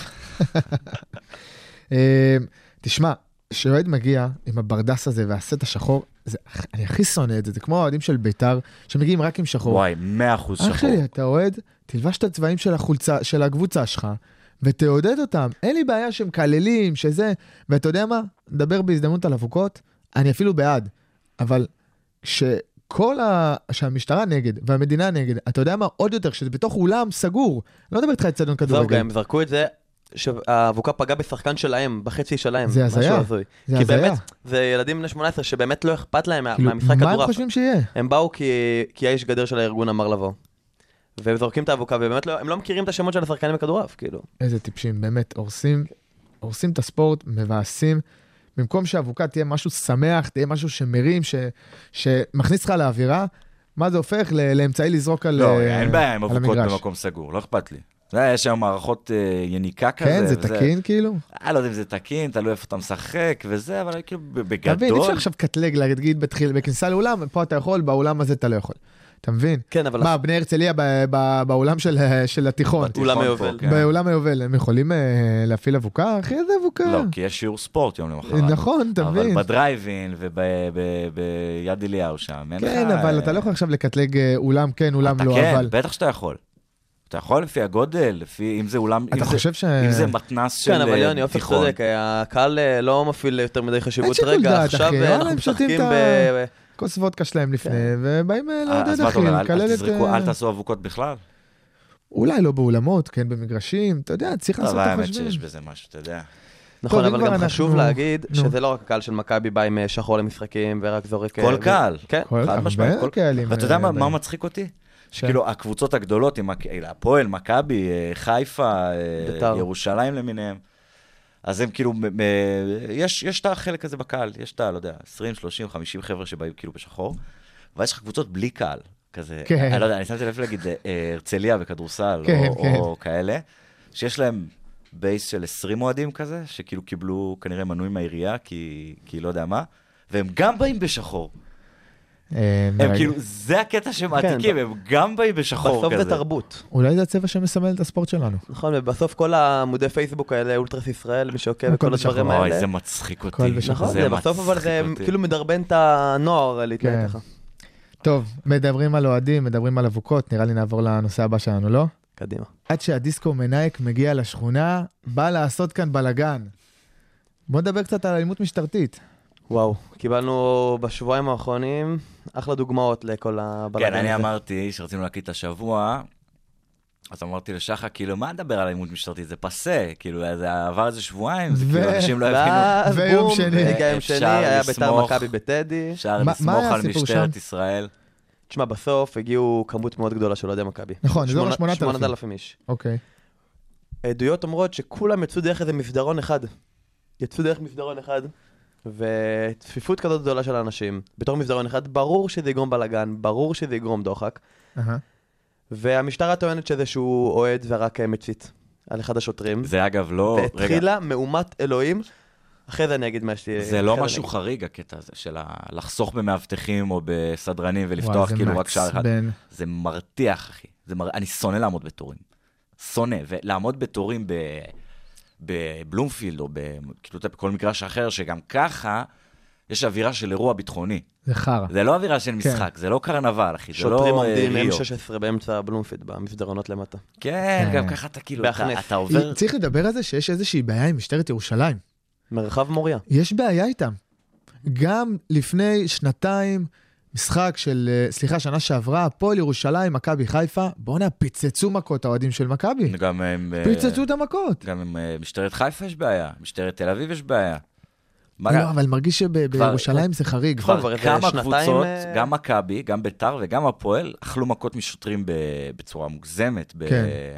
תשמע, כשאוהד מגיע עם הברדס הזה והסט השחור, זה, אני הכי שונא את זה, זה כמו האוהדים של בית"ר, שמגיעים רק עם שחור. וואי, מאה אחוז שחור. אח שלי, אתה אוהד, תלבש את הצבעים של החולצה, של הקבוצה שלך, ותעודד אותם. אין לי בעיה שהם כללים, שזה, ואתה יודע מה? נדבר בהזדמנות על אבוקות, אני אפילו בעד, אבל כשכל ה... שהמשטרה נגד, והמדינה נגד, אתה יודע מה? עוד יותר, שזה בתוך אולם סגור, לא מדבר איתך אצטדיון כדורגל. הם זרקו את זה, שהאבוקה פגעה בשחקן שלהם, בחצי שלהם. זה הזיה. זה כי באמת, זה ילדים בני שמונה עשרה שבאמת לא אכפת להם מהמשחק כדורעף. מה הם חושבים שיהיה? הם באו כי האיש גדר של הארגון אמר לבוא. והם זורקים את האבוקה, ובאמת הם לא מכירים את השמות של השחקנים בכדורעף, כאילו. איזה טיפשים, באמת, הורסים, הורסים את הספורט, מבאסים. במקום שהאבוקה תהיה משהו שמח, תהיה משהו שמרים, שמכניס לך לאווירה, מה זה הופך לאמצעי לזרוק על המגרש? לא, אין בעיה עם אבוקות במקום סגור, לא אכפת לי. יש שם מערכות יניקה כזה. כן, זה תקין כאילו? אני לא יודע אם זה תקין, תלוי איפה אתה משחק וזה, אבל כאילו בגדול... תבין, אי אפשר עכשיו קטלג, להגיד בכניסה לאולם, פה אתה יכול, באולם הזה אתה לא יכול. אתה מבין? כן, אבל... מה, בני הרצליה באולם של התיכון? באולם היובל. באולם היובל, הם יכולים להפעיל אבוקה? אחי, איזה אבוקה? לא, כי יש שיעור ספורט יום למחרת. נכון, אתה מבין. אבל בדרייבין וביד אליהו שם. כן, אבל אתה לא יכול עכשיו לקטלג אולם כן, אולם לא, אבל... כן, בטח שאתה יכול. אתה יכול לפי הגודל, לפי אם זה אולם, אתה חושב ש... אם זה מתנס של תיכון. כן, אבל יוני, אופק צודק, הקהל לא מפעיל יותר מדי חשיבות. רגע, עכשיו אנחנו משחקים ב... כוס וודקה שלהם לפני, ובאים לעודד אחי. אז מה אתה אומר, אל תעשו אבוקות בכלל? אולי לא באולמות, כן, במגרשים, אתה יודע, צריך לעשות את החשבים. אבל האמת שיש בזה משהו, אתה יודע. נכון, אבל גם חשוב להגיד שזה לא רק הקהל של מכבי בא עם שחור למשחקים ורק זורק... כל קהל. כן, חד משמעית. ואתה יודע מה מצחיק אותי? שכאילו הקבוצות הגדולות, הפועל, מכבי, חיפה, ירושלים למיניהם, אז הם כאילו, יש, יש את החלק הזה בקהל, יש את, לא יודע, עשרים, שלושים, חמישים חבר'ה שבאים כאילו בשחור, ויש לך קבוצות בלי קהל, כזה, כן. אני לא יודע, אני שמתי לב להגיד, הרצליה וכדורסל, כן, או, כן. או כאלה, שיש להם בייס של עשרים אוהדים כזה, שכאילו קיבלו כנראה מנוי מהעירייה, כי, כי לא יודע מה, והם גם באים בשחור. הם כאילו, זה הקטע שמעתיקים, הם גם באים בשחור כזה. בסוף זה תרבות. אולי זה הצבע שמסמל את הספורט שלנו. נכון, ובסוף כל העמודי פייסבוק האלה, אולטרס ישראל, מי שעוקב וכל הדברים האלה. אוי, זה מצחיק אותי. נכון, זה בסוף אבל זה כאילו מדרבן את הנוער להתנהג ככה. טוב, מדברים על אוהדים, מדברים על אבוקות, נראה לי נעבור לנושא הבא שלנו, לא? קדימה. עד שהדיסקו מנייק מגיע לשכונה, בא לעשות כאן בלגן. בוא נדבר קצת על אלימות משטרתית. וואו, קיבלנו בשבועיים האחרונים אחלה דוגמאות לכל הבלגן הזה. כן, אני אמרתי שרצינו להקליט את השבוע, אז אמרתי לשחה, כאילו, מה נדבר על אלימות משטרתית? זה פסה, כאילו, זה עבר איזה שבועיים, זה כאילו, אנשים לא הבינו. ויום שני. יום שני, היה בית"ר מכבי בטדי. אפשר לסמוך על משטרת ישראל. תשמע, בסוף הגיעו כמות מאוד גדולה של אוהדי מכבי. נכון, זה לא שמונת אלפים איש. אוקיי. עדויות אומרות שכולם יצאו דרך איזה מסדרון אחד. יצאו דרך מסדרון אחד. וצפיפות כזאת גדולה של האנשים, בתור מסדרון אחד, ברור שזה יגרום בלגן, ברור שזה יגרום דוחק, והמשטרה טוענת שזה שהוא אוהד ורק מצית על אחד השוטרים. זה אגב לא... והתחילה מהומת אלוהים, אחרי זה אני אגיד מה שלי... זה לא משהו חריג הקטע הזה, של לחסוך במאבטחים או בסדרנים ולפתוח כאילו רק שער אחד. זה מרתיח, אחי. אני שונא לעמוד בתורים. שונא, ולעמוד בתורים ב... בבלומפילד, או כאילו בכל מגרש אחר, שגם ככה יש אווירה של אירוע ביטחוני. זה חרה. זה לא אווירה של משחק, זה לא קרנבל, אחי, זה לא ריו. שוטרים עומדים אם שש עשרה באמצע בלומפילד, במסדרונות למטה. כן, גם ככה אתה כאילו, אתה עובר... צריך לדבר על זה שיש איזושהי בעיה עם משטרת ירושלים. מרחב מוריה. יש בעיה איתם. גם לפני שנתיים, משחק של, סליחה, שנה שעברה, הפועל ירושלים, מכבי חיפה, בואו נה, פיצצו מכות האוהדים של מכבי. גם הם... פיצצו את המכות. גם עם משטרת חיפה יש בעיה, משטרת תל אביב יש בעיה. לא, אבל מרגיש שבירושלים זה חריג. כבר כמה קבוצות, גם מכבי, גם בית"ר וגם הפועל, אכלו מכות משוטרים בצורה מוגזמת.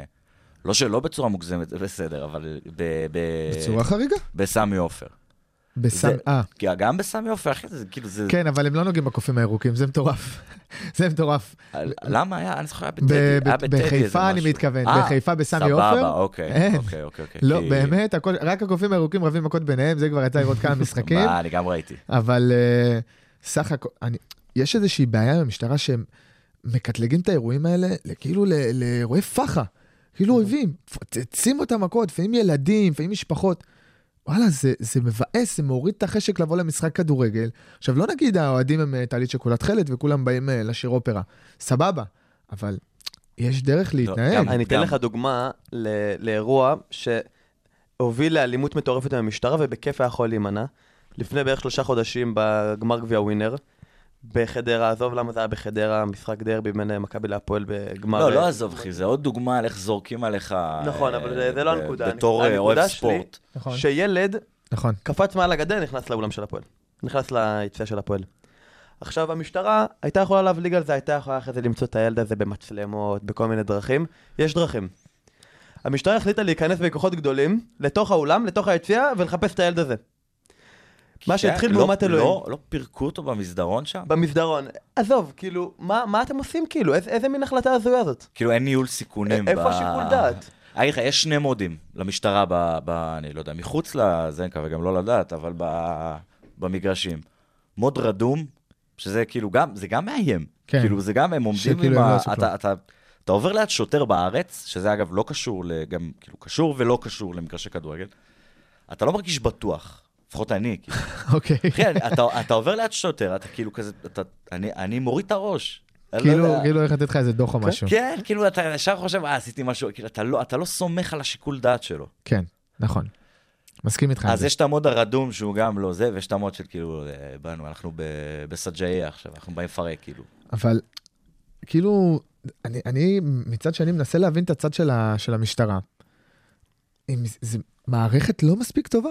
לא שלא בצורה מוגזמת, זה בסדר, אבל... בצורה חריגה? בסמי עופר. בסם, אה. גם בסמי עופר, אחי, זה כאילו זה... כן, אבל הם לא נוגעים בקופים הירוקים, זה מטורף. זה מטורף. למה היה? אני זוכר, היה בטדי. בחיפה אני מתכוון, בחיפה בסמי עופר. סבבה, אוקיי, אוקיי, אוקיי. לא, באמת, רק הקופים הירוקים רבים מכות ביניהם, זה כבר הייתה לראות כמה משחקים. מה, אני גם ראיתי. אבל סך הכל, יש איזושהי בעיה במשטרה שהם מקטלגים את האירועים האלה, כאילו לאירועי פחה, כאילו אויבים, שים אותם מכות, לפעמים ילדים, לפעמים משפחות. וואלה, זה, זה מבאס, זה מוריד את החשק לבוא למשחק כדורגל. עכשיו, לא נגיד, האוהדים הם תעלית שכולה תחלת, וכולם באים לשיר אופרה. סבבה, אבל יש דרך להתנהל. אני אתן לך דוגמה לאירוע שהוביל לאלימות מטורפת במשטרה, ובכיף היה יכול להימנע. לפני בערך שלושה חודשים בגמר גביע ווינר, בחדרה, עזוב למה זה היה בחדרה, משחק דרבי בין מכבי להפועל בגמר... לא, לא עזוב, אחי, זה עוד דוגמה על איך זורקים עליך... נכון, אבל זה לא הנקודה. בתור אוהב ספורט. שילד קפץ מעל הגדר, נכנס לאולם של הפועל. נכנס ליציאה של הפועל. עכשיו, המשטרה הייתה יכולה להבליג על זה, הייתה יכולה אחרי זה למצוא את הילד הזה במצלמות, בכל מיני דרכים. יש דרכים. המשטרה החליטה להיכנס בכוחות גדולים, לתוך האולם, לתוך היציאה, ולחפש את הילד הזה. מה שהתחיל מאומת אלוהים. לא, לא פירקו אותו במסדרון שם? במסדרון. עזוב, כאילו, מה, מה אתם עושים כאילו? איזה, איזה מין החלטה הזויה הזאת? כאילו, אין ניהול סיכונים. איפה השיקול דעת? אגיד לך, יש שני מודים למשטרה ב, ב... אני לא יודע, מחוץ לזה, אני מקווה גם לא לדעת, אבל ב, במגרשים. מוד רדום, שזה כאילו גם, זה גם מאיים. כן. כאילו, זה גם, הם עומדים עם ה... אתה, אתה, אתה, אתה עובר ליד שוטר בארץ, שזה אגב לא קשור, גם, כאילו, קשור ולא קשור למגרשי כדורגל. אתה לא מרגיש בטוח. לפחות אני, כאילו. אוקיי. כן, אתה עובר ליד שוטר, אתה כאילו כזה, אני מוריד את הראש. כאילו איך לתת לך איזה דוח או משהו. כן, כאילו אתה ישר חושב, אה, עשיתי משהו, אתה לא סומך על השיקול דעת שלו. כן, נכון. מסכים איתך. אז יש את המוד הרדום שהוא גם לא זה, ויש את המוד של כאילו, באנו, אנחנו בסג'איה עכשיו, אנחנו באים לפרק, כאילו. אבל, כאילו, אני מצד שאני מנסה להבין את הצד של המשטרה. זו מערכת לא מספיק טובה.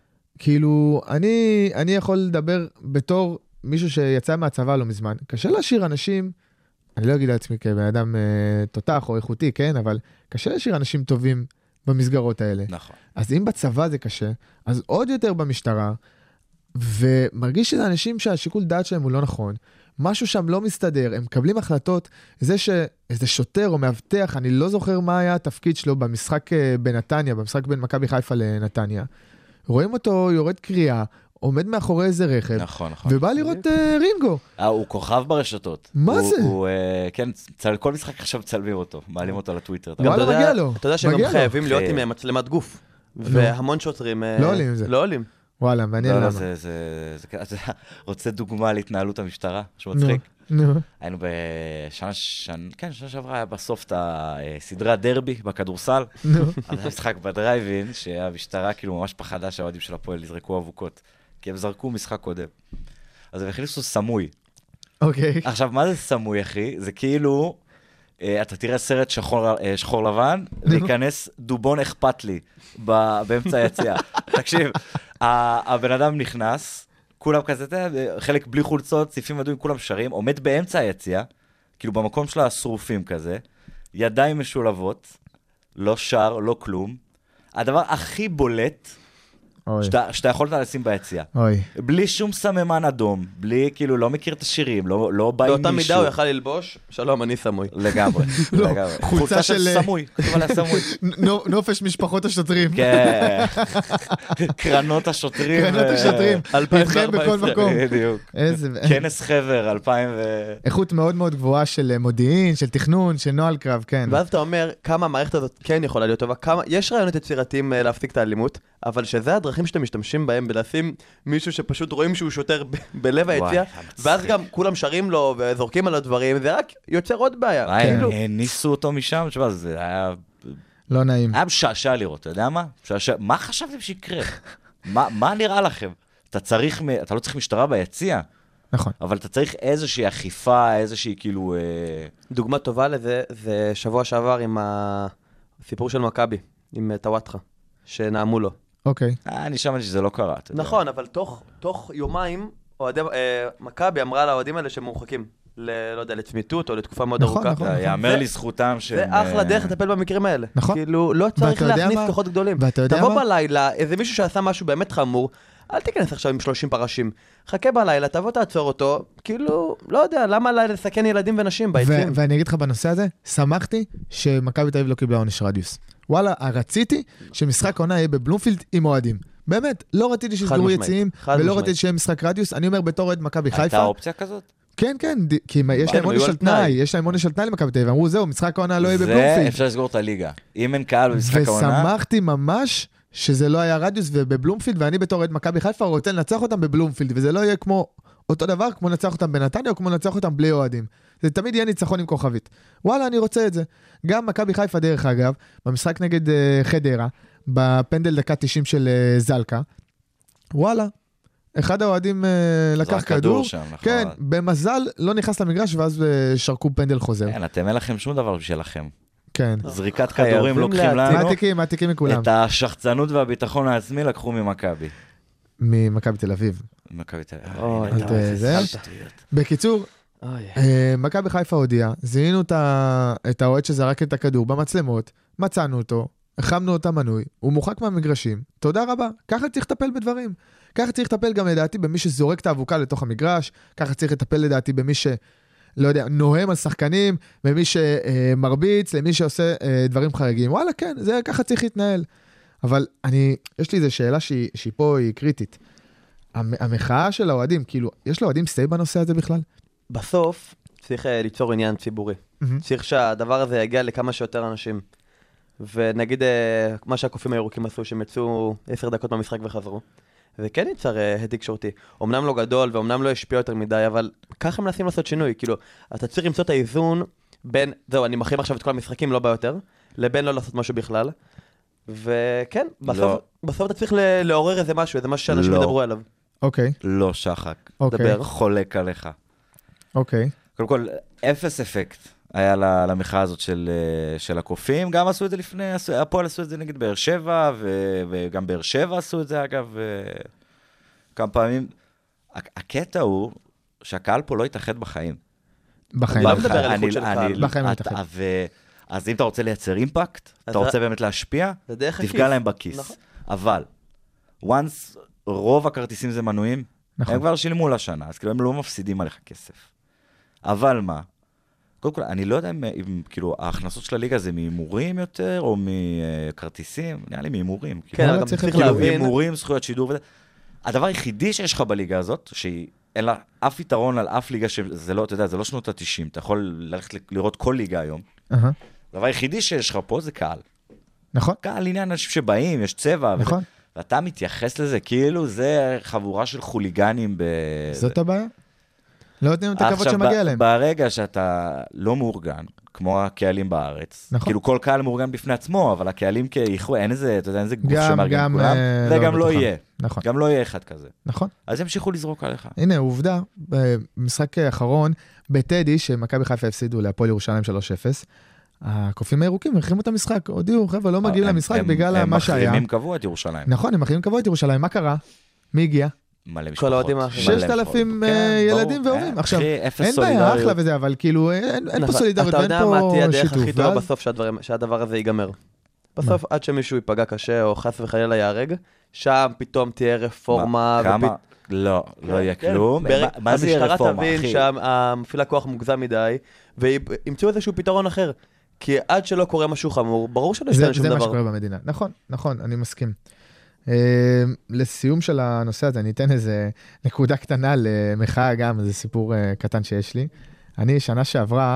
כאילו, אני, אני יכול לדבר בתור מישהו שיצא מהצבא לא מזמן. קשה להשאיר אנשים, אני לא אגיד לעצמי כבן אדם אה, תותח או איכותי, כן? אבל קשה להשאיר אנשים טובים במסגרות האלה. נכון. אז אם בצבא זה קשה, אז עוד יותר במשטרה, ומרגיש שזה אנשים שהשיקול דעת שלהם הוא לא נכון, משהו שם לא מסתדר, הם מקבלים החלטות, זה שאיזה שוטר או מאבטח, אני לא זוכר מה היה התפקיד שלו במשחק בנתניה, במשחק בין מכבי חיפה לנתניה, רואים אותו יורד קריאה, עומד מאחורי איזה רכב, נכון, נכון. ובא לראות uh, רינגו. אה, הוא כוכב ברשתות. מה הוא, זה? הוא, uh, כן, צל, כל משחק עכשיו מצלמים אותו, מעלים אותו לטוויטר. גם אתה מגיע לו. אתה יודע שגם חייבים להיות עם מצלמת גוף, והמון שוטרים לא עולים עם זה. לא עולים. וואלה, מעניין למה. זה, זה, זה, אתה רוצה דוגמה על התנהלות המשטרה, שמצחיק? נו. היינו בשנה, שנה, כן, שנה שעברה היה בסוף את הסדרה דרבי בכדורסל. נו. אז היה משחק בדרייבין, שהמשטרה כאילו ממש פחדה שהאוהדים של הפועל יזרקו אבוקות. כי הם זרקו משחק קודם. אז הם הכניסו סמוי. אוקיי. עכשיו, מה זה סמוי, אחי? זה כאילו, אה, אתה תראה סרט שחור, אה, שחור לבן, להיכנס דובון אכפת לי באמצע היציאה. תקשיב, הבן אדם נכנס, כולם כזה, חלק בלי חולצות, ציפים ידועים, כולם שרים, עומד באמצע היציאה, כאילו במקום של השרופים כזה, ידיים משולבות, לא שר, לא כלום. הדבר הכי בולט, שאתה, שאתה יכולת לשים ביציאה. אוי. בלי שום סממן אדום, בלי, כאילו, לא מכיר את השירים, לא, לא בא עם מישהו. באותה מידה הוא יכל ללבוש, שלום, אני סמוי. לגמרי, לגמרי. חולצה של סמוי, כתוב עליה סמוי. נופש משפחות השוטרים. כן. קרנות השוטרים. קרנות השוטרים. איתכם בכל מקום. בדיוק. כנס חבר, אלפיים ו... איכות מאוד מאוד גבוהה של מודיעין, של תכנון, של נועל קרב, כן. ואז אתה אומר, כמה המערכת הזאת כן יכולה להיות טובה, כמה... יש רעיונות יצירתיים להפסיק את האלימות, אבל שזה הדרכים שאתם משתמשים בהם בלשים מישהו שפשוט רואים שהוא שוטר ב- בלב היציאה, ואז גם כולם שרים לו וזורקים על הדברים, זה רק יוצר עוד בעיה. וואי, ניסו אותו משם, תשמע, זה היה... לא נעים. היה משעשע לראות, אתה יודע מה? משעשע... מה חשבתם שיקרה? מה, מה נראה לכם? אתה צריך, אתה לא צריך משטרה ביציאה. נכון. אבל אתה צריך איזושהי אכיפה, איזושהי כאילו... דוגמה טובה לזה, זה שבוע שעבר עם הסיפור של מכבי, עם טוואטחה, שנעמו לו. אוקיי. אני שמעתי שזה לא קרה. נכון, אבל תוך יומיים, מכבי אמרה לאוהדים האלה שהם מורחקים. לא יודע, לצמיתות או לתקופה מאוד ארוכה. יאמר לזכותם ש... זה אחלה דרך לטפל במקרים האלה. כאילו, לא צריך להכניס כוחות גדולים. תבוא בלילה, איזה מישהו שעשה משהו באמת חמור, אל תיכנס עכשיו עם שלושים פרשים. חכה בלילה, תבוא תעצור אותו, כאילו, לא יודע, למה לסכן ילדים ונשים ביציעים? ואני אגיד לך בנושא הזה, שמחתי שמכבי תל אביב לא קיבלה עונש רדיוס. וואלה, רציתי שמשחק עונה יהיה בבלומפילד עם אוהדים. באמת, לא רציתי שיסגרו יציעים, ולא רציתי שיהיה משחק רדיוס. אני אומר בתור אוהד מכבי חיפה. הייתה אופציה כזאת? כן, כן, כי יש להם עונש על תנאי, יש להם עונש על תנאי למכבי תל אביב. אמרו, זהו, משחק העונה לא יהיה בבלומפילד. זה אפשר לסגור את הליגה. אם אין קהל במשחק העונה... ושמחתי ממש שזה לא היה רדיוס ובבלומפילד, ואני בתור אוהד מכבי חיפה רוצה לנצח אותם בבלומפילד, וזה לא יהיה כמו אותו דבר, כמו לנצח אותם בנתניה, או כמו לנצח אותם בלי אוהדים. זה תמיד יהיה ניצחון עם כוכבית. וואלה, אני רוצה את זה. גם מכבי חיפה דרך אגב, במשחק נגד uh, חדרה, בפנדל דקה תשעים של uh, זלקה, וואלה, אחד האוהדים uh, לקח כדור, שם, נכון. כן, במזל לא נכנס למגרש, ואז uh, שרקו פנדל חוזר. כן, אתם אין לכם שום דבר בשבילכם. כן. זריקת כדורים לוקחים לנו. מעתיקים, מעתיקים מכולם. את השחצנות והביטחון העצמי לקחו ממכבי. ממכבי תל אביב. מכבי תל אביב. בקיצור, מכבי חיפה הודיעה, זיהינו את האוהד שזרק את הכדור במצלמות, מצאנו אותו, החמנו אותה מנוי, הוא מוחק מהמגרשים, תודה רבה, ככה צריך לטפל בדברים. ככה צריך לטפל גם לדעתי במי שזורק את האבוקה לתוך המגרש, ככה צריך לטפל לדעתי במי ש... לא יודע, נוהם על שחקנים, ומי שמרביץ, למי שעושה דברים חריגים. וואלה, כן, זה ככה צריך להתנהל. אבל אני, יש לי איזו שאלה שהיא, שהיא פה היא קריטית. המחאה של האוהדים, כאילו, יש לאוהדים סטי בנושא הזה בכלל? בסוף צריך ליצור עניין ציבורי. צריך שהדבר הזה יגיע לכמה שיותר אנשים. ונגיד, מה שהקופים הירוקים עשו, שהם יצאו עשר דקות במשחק וחזרו. וכן ייצר הד תקשורתי. אמנם לא גדול ואומנם לא השפיע יותר מדי, אבל ככה מנסים לעשות שינוי. כאילו, אתה צריך למצוא את האיזון בין, זהו, אני מחרים עכשיו את כל המשחקים, לא בא יותר, לבין לא לעשות משהו בכלל. וכן, בסוף, לא. בסוף אתה צריך לעורר איזה משהו, איזה משהו שאנשים לא. ידברו עליו. אוקיי. לא שחק. אוקיי. דבר חולק עליך. אוקיי. קודם כל, אפס אפקט היה למחאה הזאת של, של הקופים. גם עשו את זה לפני, הפועל עשו את זה נגד באר שבע, ו, וגם באר שבע עשו את זה, אגב, כמה פעמים. הקטע הוא שהקהל פה לא יתאחד בחיים. בחיים. מה מדבר על איכות של קהל? בחיים לא יתאחד. אז אם אתה רוצה לייצר אימפקט, אתה רוצה באמת להשפיע, תפגע להם בכיס. אבל, once רוב הכרטיסים זה מנויים, הם כבר שילמו לשנה, אז כאילו הם לא מפסידים עליך כסף. אבל מה? קודם כל, אני לא יודע אם, אם כאילו, ההכנסות של הליגה זה מאימורים יותר, או מכרטיסים, נראה לי מאימורים. כן, אבל גם צריך להבין. אימורים, זכויות שידור וזה. הדבר היחידי שיש לך בליגה הזאת, שאין לה אף יתרון על אף ליגה, שזה לא, אתה יודע, זה לא שנות ה-תשעים, אתה יכול ללכת לראות כל ליגה היום. הדבר היחידי שיש לך פה זה קהל. נכון. קהל עניין אנשים שבאים, יש צבע. נכון. ואתה מתייחס לזה כאילו זה חבורה של חוליגנים. זאת הבעיה? לא נותנים את הכבוד שמגיע להם. ברגע שאתה לא מאורגן, כמו הקהלים בארץ, נכון. כאילו כל קהל מאורגן בפני עצמו, אבל הקהלים כאיחו, אין איזה, אתה יודע, אין איזה גוף שמארגן כולם, וגם לא יהיה. נכון. גם לא יהיה אחד כזה. נכון. אז ימשיכו לזרוק עליך. הנה, עובדה, במשחק האחרון, בטדי, שמכבי חיפה הפסידו להפועל ירושלים שלוש אפס, הקופים הירוקים החרימו את המשחק, הודיעו, חבר'ה, לא מגיעים למשחק בגלל מה שהיה. הם מחרימים קבוע את ירושלים. נכון, הם מחרימים קבוע את ירושלים. מה קרה? מי הגיע? מלא משפחות. ששת אלפים ילדים והורים. עכשיו, אין בעיה, אחלה וזה, אבל כאילו, אין פה סולידריות, אין פה שיתוף. אתה יודע מה תהיה הדרך הכי טובה בסוף שהדבר הזה ייגמר. בסוף, עד שמישהו ייפגע קשה, או חס וחלילה יארג, שם פתאום תהיה רפורמה. כמה? לא, לא יהיה כלום. מה זה יהיה רפורמה, אחי? המשטרה תבין שהמפעיל הכוח מוגזם מדי, וימצאו איזשהו פתרון אחר. כי עד שלא קורה משהו חמור, ברור שלא ישתנה שום דבר. זה מה שקורה במדינה. נכון, נכון, אני מסכים. לסיום של הנושא הזה, אני אתן איזה נקודה קטנה למחאה גם, איזה סיפור קטן שיש לי. אני שנה שעברה,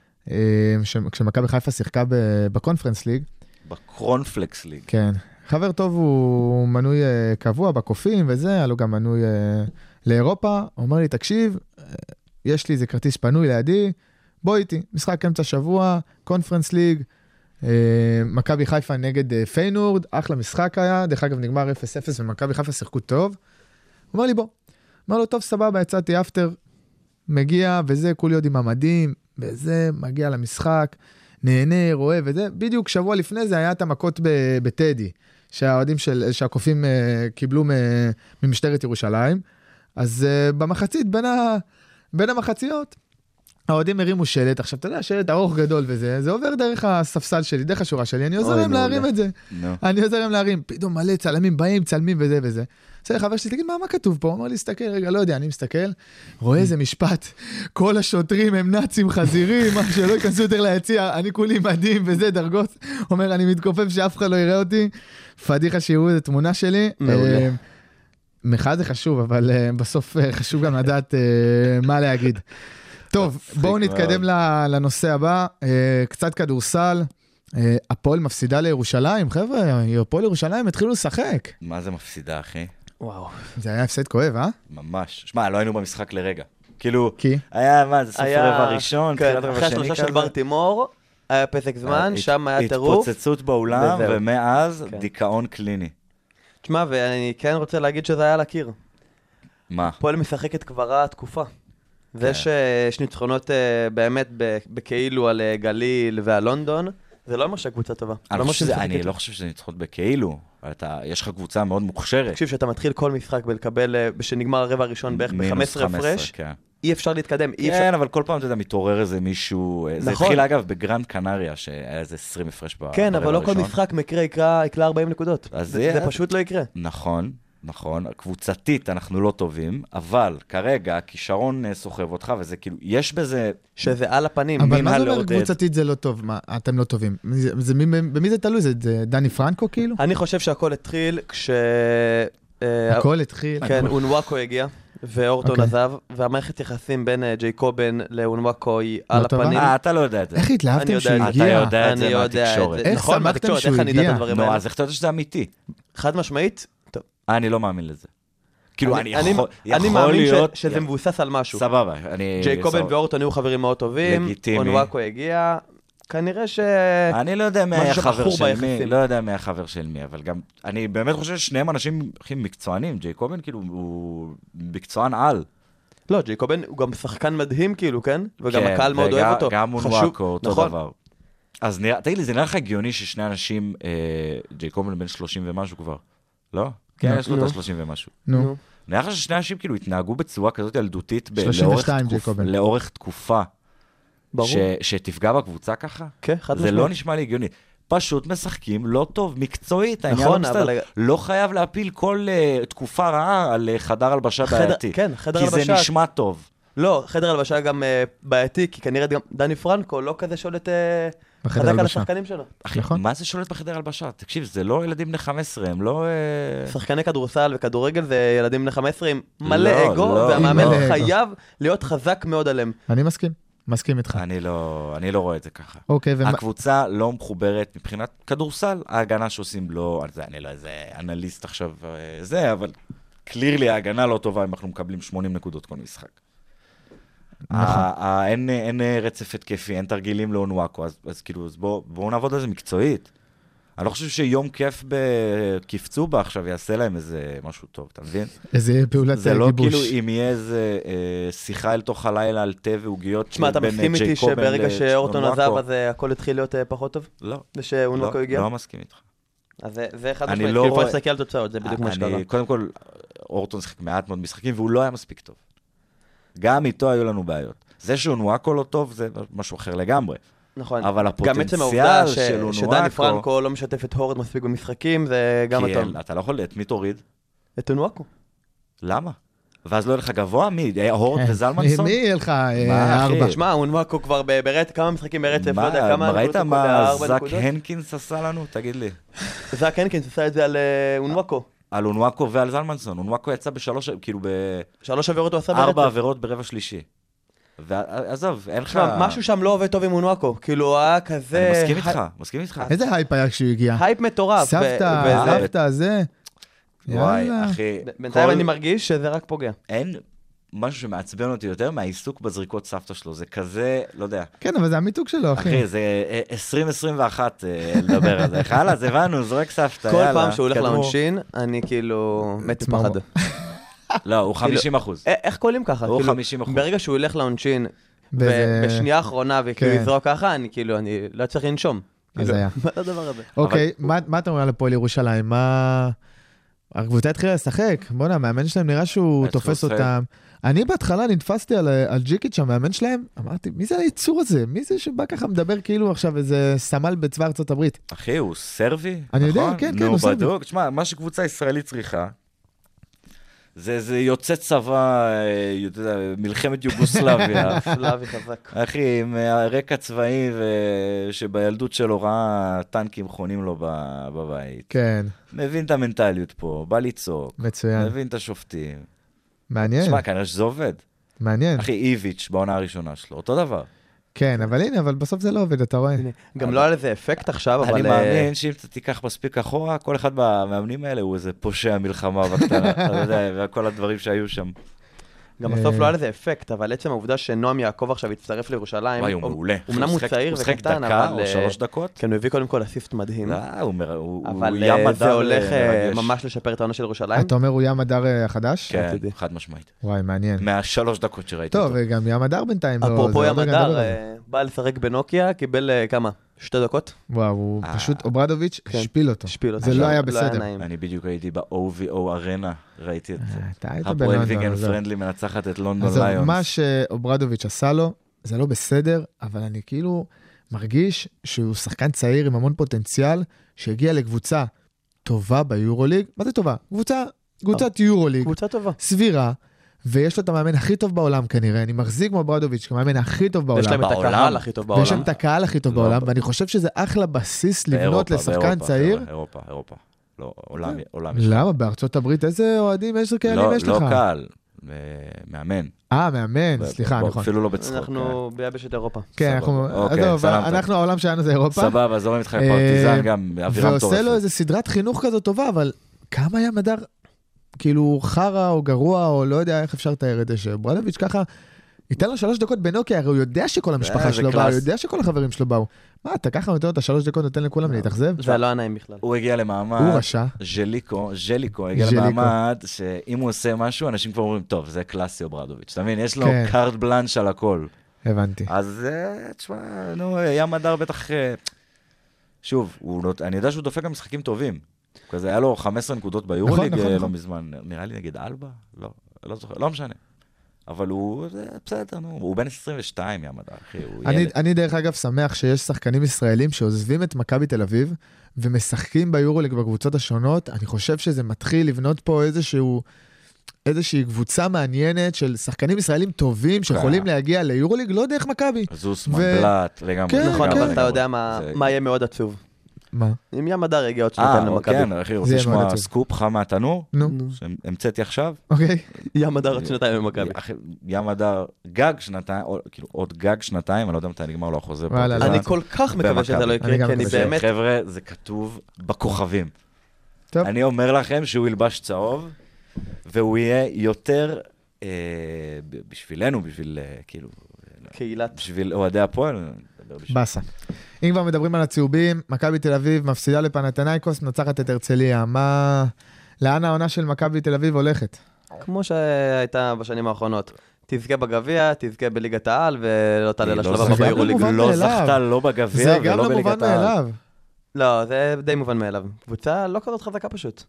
כשמכבי חיפה שיחקה בקונפרנס ליג. בקרונפלקס ליג. כן. חבר טוב הוא מנוי קבוע בקופים וזה, היה לו גם מנוי לאירופה. הוא אומר לי, תקשיב, יש לי איזה כרטיס פנוי לידי, בוא איתי, משחק אמצע שבוע, קונפרנס ליג, מכבי חיפה נגד פיינורד, אחלה משחק היה, דרך אגב נגמר אפס אפס ומכבי חיפה שיחקו טוב. הוא אומר לי בוא, אומר לו טוב סבבה, יצאתי אפטר, מגיע וזה, כולי עוד עם המדים, וזה מגיע למשחק, נהנה, רואה וזה, בדיוק שבוע לפני זה היה את המכות בטדי, שהאוהדים של, שהקופים קיבלו ממשטרת ירושלים, אז במחצית בין, ה, בין המחציות, האוהדים הרימו שלט, עכשיו אתה יודע, שלט ארוך גדול וזה, זה עובר דרך הספסל שלי, דרך השורה שלי, אני עוזר להם להרים את זה. אני עוזר להם להרים, פתאום מלא צלמים באים, צלמים וזה וזה. זה חבר שלי, תגיד, מה, מה כתוב פה? הוא אומר לי, סתכל, רגע, לא יודע, אני מסתכל, רואה איזה משפט, כל השוטרים הם נאצים חזירים, מה שלא ייכנסו יותר ליציע, אני כולי מדהים וזה דרגות. אומר, אני מתכופף שאף אחד לא יראה אותי, פדיחה שיראו את התמונה שלי. מחד זה חשוב, אבל בסוף חשוב גם לדעת מה להגיד. טוב, בואו נתקדם לנושא הבא, קצת כדורסל. הפועל מפסידה לירושלים, חבר'ה, הפועל ירושלים התחילו לשחק. מה זה מפסידה, אחי? וואו. זה היה הפסד כואב, אה? ממש. שמע, לא היינו במשחק לרגע. כאילו, כי? היה, מה, זה סוף רבע ראשון, תחילת רבע שני כזה. אחרי שלושה של ברטימור, היה פסק זמן, שם היה טירוף. התפוצצות באולם, ומאז דיכאון קליני. תשמע, ואני כן רוצה להגיד שזה היה לקיר. מה? הפועל משחקת כבר תקופה. ויש ניצחונות באמת בכאילו על גליל ועל לונדון, זה לא אומר שהקבוצה טובה. אני לא חושב שזה ניצחונות בכאילו, יש לך קבוצה מאוד מוכשרת. תקשיב, שאתה מתחיל כל משחק ולקבל, שנגמר הרבע הראשון בערך ב-חמש עשרה הפרש, אי אפשר להתקדם. כן, אבל כל פעם אתה יודע, מתעורר איזה מישהו, זה התחיל אגב בגרנד קנריה, שהיה איזה עשרים הפרש ברבע הראשון. כן, אבל לא כל משחק מקרה יקרה ארבעים נקודות. זה פשוט לא יקרה. נכון. נכון, קבוצתית אנחנו לא טובים, אבל כרגע הכישרון סוחב אותך, וזה כאילו, יש בזה... שזה על הפנים. אבל מה זה אומר קבוצתית זה לא טוב? מה, אתם לא טובים? זה, במי זה תלוי? זה דני פרנקו כאילו? אני חושב שהכל התחיל כש... הכל התחיל? כן, אונוואקו הגיע, ואורטון עזב, והמערכת יחסים בין ג'ייקובן לאונוואקו היא על הפנים. אה, אתה לא יודע את זה. איך התלהבתם שהוא הגיע? אתה יודע את זה מהתקשורת. איך שמחתם שהוא הגיע? נו, אז איך אתה יודע שזה אמיתי? חד משמעית? טוב. אני לא מאמין לזה. כאילו, אני יכול להיות... אני מאמין שזה מבוסס על משהו. סבבה. ג'ייקובן ואורטון היו חברים מאוד טובים. לגיטימי. אונוואקו הגיע. כנראה ש... אני לא יודע מי היה חבר של מי, לא יודע מי היה חבר של מי, אבל גם, אני באמת חושב ששניהם אנשים הכי מקצוענים, ג'ייקובן כאילו הוא מקצוען על. לא, ג'ייקובן הוא גם שחקן מדהים כאילו, כן? וגם הקהל מאוד אוהב אותו. גם אונוואקו, אותו דבר. אז תגיד לי, זה נראה לך הגיוני ששני אנשים, ג'ייקובן בן שלושים ומשהו כבר, לא? כן, יש לו את ה-שלושים ומשהו. נו. נראה לך ששני אנשים כאילו התנהגו בצורה כזאת ילדותית שלושים ושתיים, ג'ייקובן. לאורך תקופה. ברור. שתפגע בקבוצה ככה? כן, חד משמעית. זה לא נשמע לי הגיוני. פשוט משחקים לא טוב, מקצועית. נכון, אבל... לא חייב להפיל כל תקופה רעה על חדר הלבשה בעייתי. כן, חדר הלבשה. כי זה נשמע טוב. לא, חדר הלבשה גם בעייתי, כי כנראה גם דני פרנקו לא כזה שולט חזק על השחקנים שלו. מה זה שולט בחדר הלבשה? תקשיב, זה לא ילדים בני חמש עשרה, הם לא... שחקני כדורסל וכדורגל זה ילדים בני חמש עשרה עם מלא אגו, והמאמן חייב להיות חזק מאוד עליהם. אני מסכים. מסכים איתך. אני לא, אני לא רואה את זה ככה. אוקיי, ומה... הקבוצה לא מחוברת מבחינת כדורסל, ההגנה שעושים לא, אני לא איזה אנליסט עכשיו זה, אבל קלירלי ההגנה לא טובה אם אנחנו מקבלים שמונים נקודות כל משחק. נכון. אין, אין רצף התקפי, אין תרגילים לאונוואקו, אז, אז כאילו, אז בואו בוא נעבוד על זה מקצועית. אני לא חושב שיום כיף בקפצו בה עכשיו יעשה להם איזה משהו טוב, אתה מבין? איזה פעולת גיבוש. זה לא כאילו אם יהיה איזה אה, שיחה אל תוך הלילה על תה ועוגיות שמה, אתה מסכים איתי שברגע שאורטון עזב, אז הכל התחיל להיות אה, פחות טוב? לא. ושאונוואקו לא, הגיע? לא מסכים איתך. אז זה, זה אחד משמעית, לא כאילו רואה... פה נסתכל על תוצאות, זה בדיוק מה שקרה. קודם כל, אורטון שחק מעט מאוד משחקים, והוא לא היה מספיק טוב. גם איתו היו לנו בעיות. זה שאונוואקו לא טוב, זה משהו אחר לגמרי. נכון. אבל הפוטנציאל ש... של אונוואקו... שדני פרנקו לא משתף את הורד מספיק במשחקים, זה גם כי אטום. אתה לא יכול, את מי תוריד? את אונוואקו. למה? ואז לא יהיה לך גבוה? מי? הורד וזלמנסון? מי יהיה לך ארבע? שמע, אונוואקו כבר ברצף, כמה משחקים ברצף, לא יודע כמה... ראית מה זק הנקינס עשה לנו? תגיד לי. זק הנקינס עשה את זה על אונוואקו. על אונוואקו ועל זלמנסון. אונוואקו יצא בשלוש, כאילו ב... שלוש עבירות הוא עשה ברצף. ארבע עבירות ברבע שלישי. ועזוב, אין לך... משהו שם לא עובד טוב עם אונוואקו, כאילו היה כזה... אני מסכים איתך, מסכים איתך. איזה הייפ היה כשהוא הגיע? הייפ מטורף. סבתא, סבתא, זה... וואי, אחי... בינתיים אני מרגיש שזה רק פוגע. אין משהו שמעצבן אותי יותר מהעיסוק בזריקות סבתא שלו, זה כזה, לא יודע. כן, אבל זה המיתוג שלו, אחי. אחי, זה עשרים עשרים ואחת לדבר על זה. חלה, זה הבנו, זורק סבתא, כל פעם שהוא הולך לעונשין, אני כאילו מת מפחד. לא, הוא חמישים אחוז. איך קולים ככה? הוא חמישים אחוז. ברגע שהוא ילך לעונשין, בשנייה האחרונה, וכאילו יזרוק ככה, אני כאילו, אני לא צריך לנשום. אז היה. מה הדבר הזה? אוקיי, מה אתה אומר על הפועל ירושלים? מה... הקבוצה התחילה לשחק, בוא'נה, המאמן שלהם נראה שהוא תופס אותם. אני בהתחלה נתפסתי על, על ג'יקיץ' המאמן שלהם, אמרתי, מי זה היצור הזה? מי זה שבא ככה מדבר כאילו עכשיו איזה סמל בצבא ארצות הברית? אחי, הוא סרבי? אני יודע, כן, כן, הוא סרבי. בדוק, תשמע, מה שקבוצה ישראלית צריכה, זה, זה יוצא צבא, אתה יודע, מלחמת יוגוסלביה. סלאבי חזק. אחי, עם הרקע צבאי, שבילדות שלו ראה טנקים חונים לו בבית. כן. מבין את המנטליות פה, בא לצעוק. מצוין. מבין את השופטים. מעניין. תשמע, כנראה שזה עובד. מעניין. אחי, איביץ' בעונה הראשונה שלו, אותו דבר. כן, אבל הנה, אבל בסוף זה לא עובד, אתה רואה. גם לא על איזה אפקט עכשיו, אבל... אני מאמין שאם אתה תיקח מספיק אחורה, כל אחד מהמאמנים האלה הוא איזה פושע מלחמה בקטנה, אתה יודע, וכל הדברים שהיו שם. גם בסוף לא על איזה אפקט, אבל עצם העובדה שנועם יעקב עכשיו יצטרף לירושלים, וואי, הוא מעולה. אמנם הוא צעיר וקטן, אבל... הוא שחק דקה או שלוש דקות? כן, הוא הביא קודם כל אסיסט מדהים. אבל זה הולך ממש לשפר את העונה של ירושלים. אתה אומר, הוא ים הדר החדש? כן, חד משמעית. וואי, מעניין. מהשלוש דקות שראיתי אותו. טוב, וגם ים הדר בינתיים. אפרופו ים הדר, בא לשחק בנוקיה, קיבל כמה? שתי דקות? וואו, הוא פשוט, אוברדוביץ' השפיל אותו. זה לא היה בסדר. אני בדיוק הייתי ב-או וי או ארנה, ראיתי את זה. אתה היית הפועל ויגן פרנדלי מנצחת את לונדון ליונס. מה שאוברדוביץ' עשה לו, זה לא בסדר, אבל אני כאילו מרגיש שהוא שחקן צעיר עם המון פוטנציאל, שהגיע לקבוצה טובה ביורוליג. מה זה טובה? קבוצה, קבוצת יורוליג. קבוצה טובה. סבירה. ויש לו את המאמן הכי טוב בעולם כנראה, אני מחזיק כמו ברדוביץ' כמאמן הכי טוב בעולם. יש להם את הקהל הכי טוב בעולם. ויש להם את הקהל הכי טוב בעולם, ואני חושב שזה אחלה בסיס לבנות לשחקן צעיר. אירופה, אירופה, לא, עולמי. למה? בארצות הברית איזה אוהדים, איזה קהלים יש לך? לא קהל, מאמן. אה, מאמן, סליחה, נכון. אפילו לא בצחוק. אנחנו ביבשת אירופה. כן, אנחנו, העולם שלנו זה אירופה. סבבה, אז לא מתחלק פרטיזן, גם אווירה מטורפת. ועושה לו איזה סדרת חינוך כזאת טובה, אבל כמה היה מדר כאילו חרה או גרוע, או לא יודע איך אפשר לתאר את זה, שברדוביץ' ככה, ייתן לו שלוש דקות בנוקיה, הרי הוא יודע שכל המשפחה שלו באו, הוא יודע שכל החברים שלו באו. מה, אתה ככה נותן לו את השלוש דקות, נותן לכולם להתאכזב? זה לא עניים בכלל. הוא הגיע למעמד, הוא רשע. ז'ליקו, ז'ליקו, הגיע למעמד, שאם הוא עושה משהו, אנשים כבר אומרים, טוב, זה קלאסי או ברדוביץ', אתה מבין? יש לו קארט בלנש על הכל. הבנתי. אז, תשמע, נו, ים הדר בטח, שוב, אני יודע שהוא דופק גם משחקים טובים. כזה היה לו חמש עשרה נקודות ביורוליג, לא מזמן, נראה לי נגד אלבה, לא, לא זוכר, לא משנה. אבל הוא, בסדר, נו, הוא בן עשרים ושתיים ים הדר, אחי, הוא ילד. אני דרך אגב שמח שיש שחקנים ישראלים שעוזבים את מכבי תל אביב, ומשחקים ביורוליג בקבוצות השונות, אני חושב שזה מתחיל לבנות פה איזשהו, איזושהי קבוצה מעניינת של שחקנים ישראלים טובים, שיכולים להגיע ליורוליג, לא דרך מכבי. זוס, מבלט, לגמרי. נכון, אבל אתה יודע מה יהיה מאוד עצוב. מה? אם ים הדר הגיע עוד שנתיים למכבי. כן, אחי, רוצה לשמוע סקופ חם מהתנור? נו. שהמצאתי עכשיו? אוקיי. ים הדר עוד שנתיים למכבי. ים הדר גג שנתיים, כאילו עוד גג שנתיים, אני לא יודע מתי נגמר לו החוזה. אני כל כך מקווה שזה לא יקרה, כי אני באמת... חבר'ה, זה כתוב בכוכבים. טוב. אני אומר לכם שהוא ילבש צהוב, והוא יהיה יותר בשבילנו, בשביל כאילו... קהילת. בשביל אוהדי הפועל. בסה. אם כבר מדברים על הצהובים, מכבי תל אביב מפסידה לפנתנייקוס, מנצחת את הרצליה. מה... לאן העונה של מכבי תל אביב הולכת? כמו שהייתה בשנים האחרונות. תזכה בגביע, תזכה בליגת העל, ולא תעלה לשלב הבא ביורוליג. לא זכתה לא בגביע ולא בליגת העל. זה גם לא מובן מאליו. לא, זה די מובן מאליו. קבוצה לא כזאת חזקה פשוט.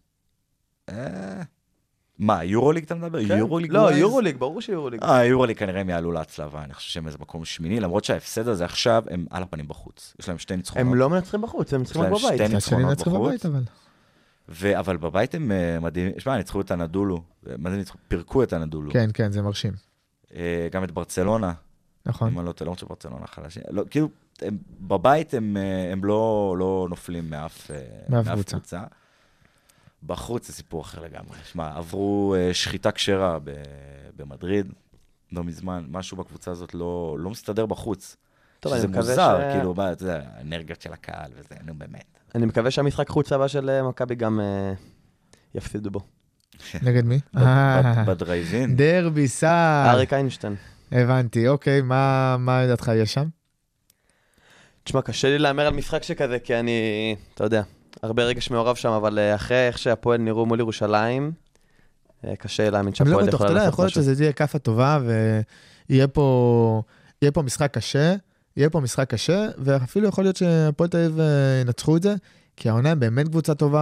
מה, יורוליג אתה מדבר? יורוליג? לא, יורוליג, ברור שיורוליג. אה, יורוליג כנראה הם יעלו להצלבה, אני חושב שהם איזה מקום שמיני, למרות שההפסד הזה עכשיו הם על הפנים בחוץ. יש להם שתי ניצחונות. הם לא מנצחים בחוץ, הם מנצחים רק בבית. יש להם שתי ניצחונות בחוץ. אבל. אבל בבית הם מדהימים, יש מה, ניצחו את הנדולו, פירקו את הנדולו. כן, כן, זה מרשים. גם את ברצלונה. נכון. אם לא רוצה ברצלונה חלשים. כאילו, בבית הם לא נופלים מאף קבוצה. בחוץ זה סיפור אחר לגמרי. שמע, עברו שחיטה כשרה במדריד, לא מזמן, משהו בקבוצה הזאת לא, לא מסתדר בחוץ. טוב, שזה מוזר, ש... כאילו, אתה יודע, האנרגיות של הקהל וזה, נו באמת. אני מקווה שהמשחק חוץ הבא של מכבי גם יפסידו בו. נגד מי? בדרייבין. דרבי סער. אריק איינשטיין. הבנתי, אוקיי, מה לדעתך יש שם? תשמע, קשה לי לאמר על משחק שכזה, כי אני, אתה יודע, הרבה רגש מעורב שם, אבל אחרי איך שהפועל נראו מול ירושלים, קשה להאמין שהפועל יכולה לעשות משהו. יכול להיות שזה תהיה קפה טובה, ויהיה פה משחק קשה, יהיה פה משחק קשה, ואפילו יכול להיות שהפועל תל אביב ינצחו את זה, כי העונה הם באמת קבוצה טובה,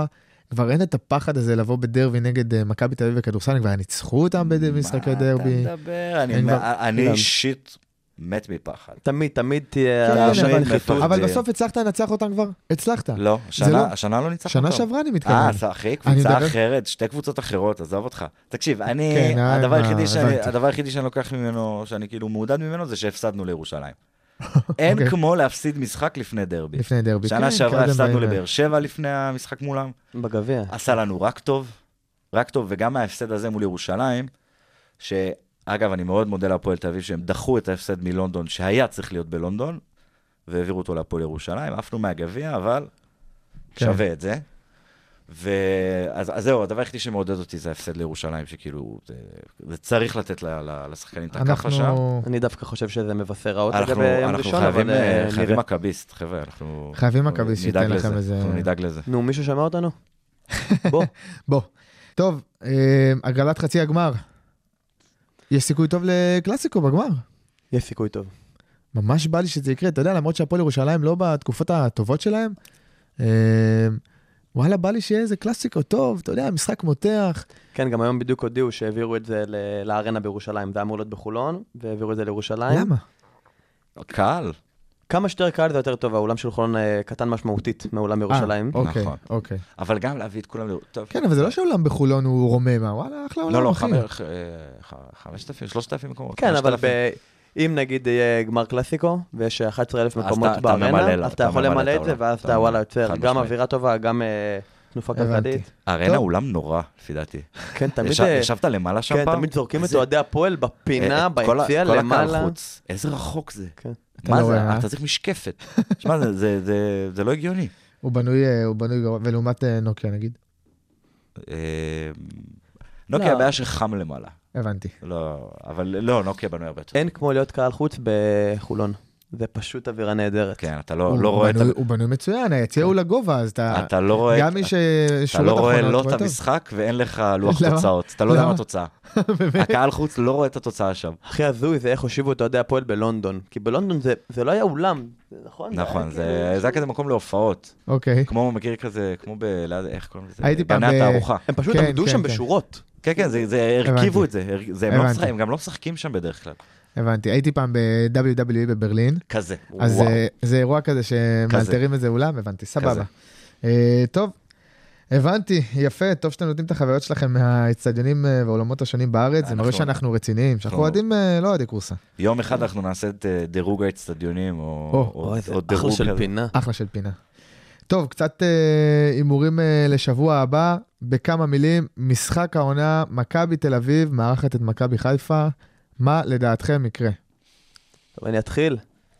כבר אין את הפחד הזה לבוא בדרבי נגד מכבי תל אביב וכדורסל, כבר ניצחו אותם במשחקי דרבי. מה אתה מדבר? אני אישית מת מפחד. תמיד, תמיד תהיה... אבל בסוף הצלחת לנצח אותם כבר? הצלחת. לא, השנה לא ניצחת אותם. שנה שעברה אני מתכוון. אה, אחי, קבוצה אחרת, שתי קבוצות אחרות, עזוב אותך. תקשיב, אני... הדבר היחידי שאני לוקח ממנו, שאני כאילו מעודד ממנו, זה שהפסדנו לירושלים. אין כמו להפסיד משחק לפני דרבי. לפני דרבי. שנה שעברה הפסדנו לבאר שבע לפני המשחק מולם. בגביע. עשה לנו רק טוב, רק טוב, וגם ההפסד הזה מול ירושלים, שאגב, אני מאוד מודה להפועל תל אביב, שהם דחו את ההפסד מלונדון, שהיה צריך להיות בלונדון, והעבירו אותו להפועל ירושלים, עפנו מהגביע, אבל שווה את זה. ואז זהו, הדבר היחידי שמעודד אותי זה ההפסד לירושלים, שכאילו, זה צריך לתת לשחקנים את הכפה שם. אני דווקא חושב שזה מבשר רעות לגבי יום ראשון, אבל חייבים מקביסט, חבר'ה, אנחנו... חייבים מקביסט, שייתן לכם איזה... אנחנו נדאג לזה. נו, מישהו שמע אותנו? בוא. בוא. טוב, הגרלת חצי הגמר. יש סיכוי טוב לקלאסיקו בגמר. יש סיכוי טוב. ממש בא לי שזה יקרה, אתה יודע, למרות שהפועל ירושלים לא בתקופות הטובות שלהם, וואלה, בא לי שיהיה איזה קלאסיקו טוב, אתה יודע, משחק מותח. כן, גם היום בדיוק הודיעו שהעבירו את זה לארנה בירושלים, זה אמור להיות בחולון, והעבירו את זה לירושלים. למה? קהל. כמה שיותר קהל זה יותר טוב, האולם של חולון קטן משמעותית מאולם בירושלים. אוקיי, אוקיי. אבל גם להביא את כולם... כן, אבל זה לא שהאולם בחולון הוא רומם, וואלה, אחלה עולם. לא, לא, חמשת אלפים, שלושת אלפים מקומות. כן, אבל אם נגיד יהיה גמר קלאסיקו, ויש אחד עשרה אלף מקומות בארנה, אז אתה יכול למלא את זה, ואז אתה וואלה יוצר גם אווירה טובה, גם תנופה כלכלית. ארנה אולם נורא, לפי דעתי. כן, תמיד... ישבת למעלה שם פעם? כן, תמיד זורקים את אוהדי הפועל בפינה, ביציע, למעלה. איזה רחוק זה. מה זה? אתה צריך משקפת. שמע, זה לא הגיוני. הוא בנוי, ולעומת נוקיה נגיד? נוקיה הבעיה שחם למעלה. הבנתי. לא, אבל לא, נוקיה בנוי הרבה יותר. אין כמו להיות קהל חוץ בחולון. זה פשוט אווירה נהדרת. כן, אתה לא רואה את... הוא בנוי מצוין, היציע הוא לגובה, אז אתה... אתה לא רואה... גם מי ששולט אתה לא רואה לא את המשחק, ואין לך לוח תוצאות. אתה לא יודע מה התוצאה. הקהל חוץ לא רואה את התוצאה שם. הכי הזוי זה איך הושיבו את אוהדי הפועל בלונדון. כי בלונדון זה לא היה אולם, נכון? נכון, זה היה כזה מקום להופעות. אוקיי. כמו מכיר כזה, כמו ב... איך קוראים לזה? הייתי פעם ב... גני התערוכה. הם פשוט עמדו שם בשורות. כן, כן, זה הרכיבו את זה. הם גם לא משחקים שם בדרך כלל. הבנתי, הייתי פעם ב-דאבליו דאבליו אי בברלין. כזה, אז וואו. זה אירוע כזה שמאלתרים איזה אולם, הבנתי, סבבה. אה, טוב, הבנתי, יפה, טוב שאתם נותנים את החוויות שלכם מהאצטדיונים והעולמות השונים בארץ, זה מראה שאנחנו רציניים, שאנחנו אוהדים, לא אוהדי קורסה. יום אחד אנחנו נעשה את דירוג האצטדיונים, או דירוג אחלה של פינה. אחלה של פינה. טוב, קצת הימורים לשבוע הבא, בכמה מילים, משחק העונה, מכבי תל אביב, מארחת את מכבי חיפה, מה לדעתכם יקרה? טוב, אני אתחיל.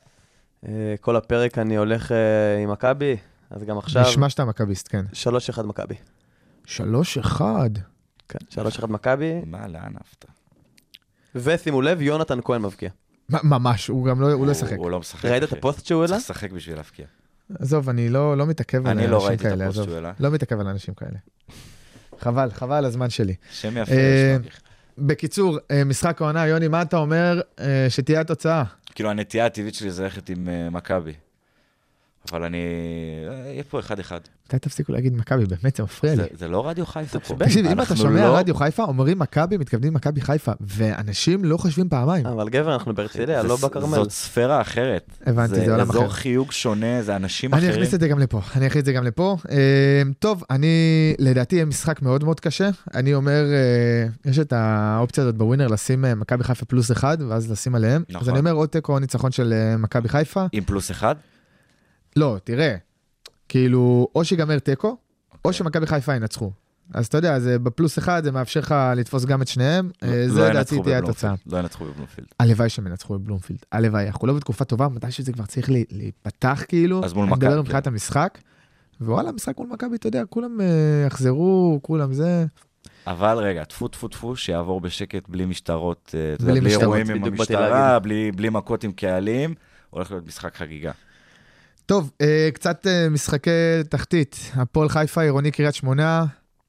כל הפרק אני הולך עם מכבי, אז גם עכשיו... נשמע שאתה מכביסט, כן. שלוש אחד מכבי. שלוש אחד? כן, שלוש אחד מכבי. מה, לאן אהבת? ושימו לב, יונתן כהן מבקיע. ממש, הוא גם לא, הוא לא ישחק. הוא לא משחק. ראית את הפוסט שהוא אלה? צריך לשחק בשביל להבקיע. עזוב, אני לא, לא מתעכב על אנשים כאלה. אני לא ראיתי את הפוסט שהוא אלה. לא מתעכב על אנשים כאלה. חבל, חבל על הזמן שלי. שם יפה, יש בקיצור, משחק העונה, יוני, מה אתה אומר שתהיה התוצאה? כאילו, הנטייה הטבעית שלי זה ללכת עם מכבי. אבל אני... יהיה פה אחד אחד. מתי תפסיקו להגיד מכבי? באמת, זה מפריע לי. זה לא רדיו חיפה פה. תקשיב, אם אתה שומע רדיו חיפה, אומרים מכבי, מתכוונים מכבי חיפה, ואנשים לא חושבים פעמיים. אבל גבר, אנחנו בהרצליה, לא בכרמל. זאת ספירה אחרת. הבנתי, זה עולם אחר. זה אזור חיוג שונה, זה אנשים אחרים. אני אכניס את זה גם לפה, אני אכניס את זה גם לפה. טוב, אני, לדעתי, יהיה משחק מאוד מאוד קשה. אני אומר, יש את האופציה הזאת בווינר, לשים מכבי חיפה פלוס אחד, ואז לשים עליהם. אז אני אומר, עוד תיקו או ניצחון של מכבי חיפה. עם פלוס אחד? לא, תראה, כאילו, או שיגמר טקו, או שמכבי חיפה ינצחו. אז אתה יודע, זה בפלוס אחד, זה מאפשר לך לתפוס גם את שניהם, זה לדעתי תהיה התוצאה. לא ינצחו בבלומפילד. הלוואי שהם ינצחו בבלומפילד, הלוואי, אנחנו לא בתקופה טובה, מתי שזה כבר צריך להיפתח כאילו, אז מול מכבי. אני מדבר מבחינת המשחק, ווואלה, המשחק מול מכבי, אתה יודע, כולם יחזרו, כולם זה... אבל רגע, תפו תפו תפו, שיעבור בשקט, בלי משטרות, בלי אירועים עם המשטרה, בלי מכות עם קהלים, הולך להיות משחק חגיגה. טוב, קצת משחקי תחתית. הפועל חיפה, עירוני קריית שמונה.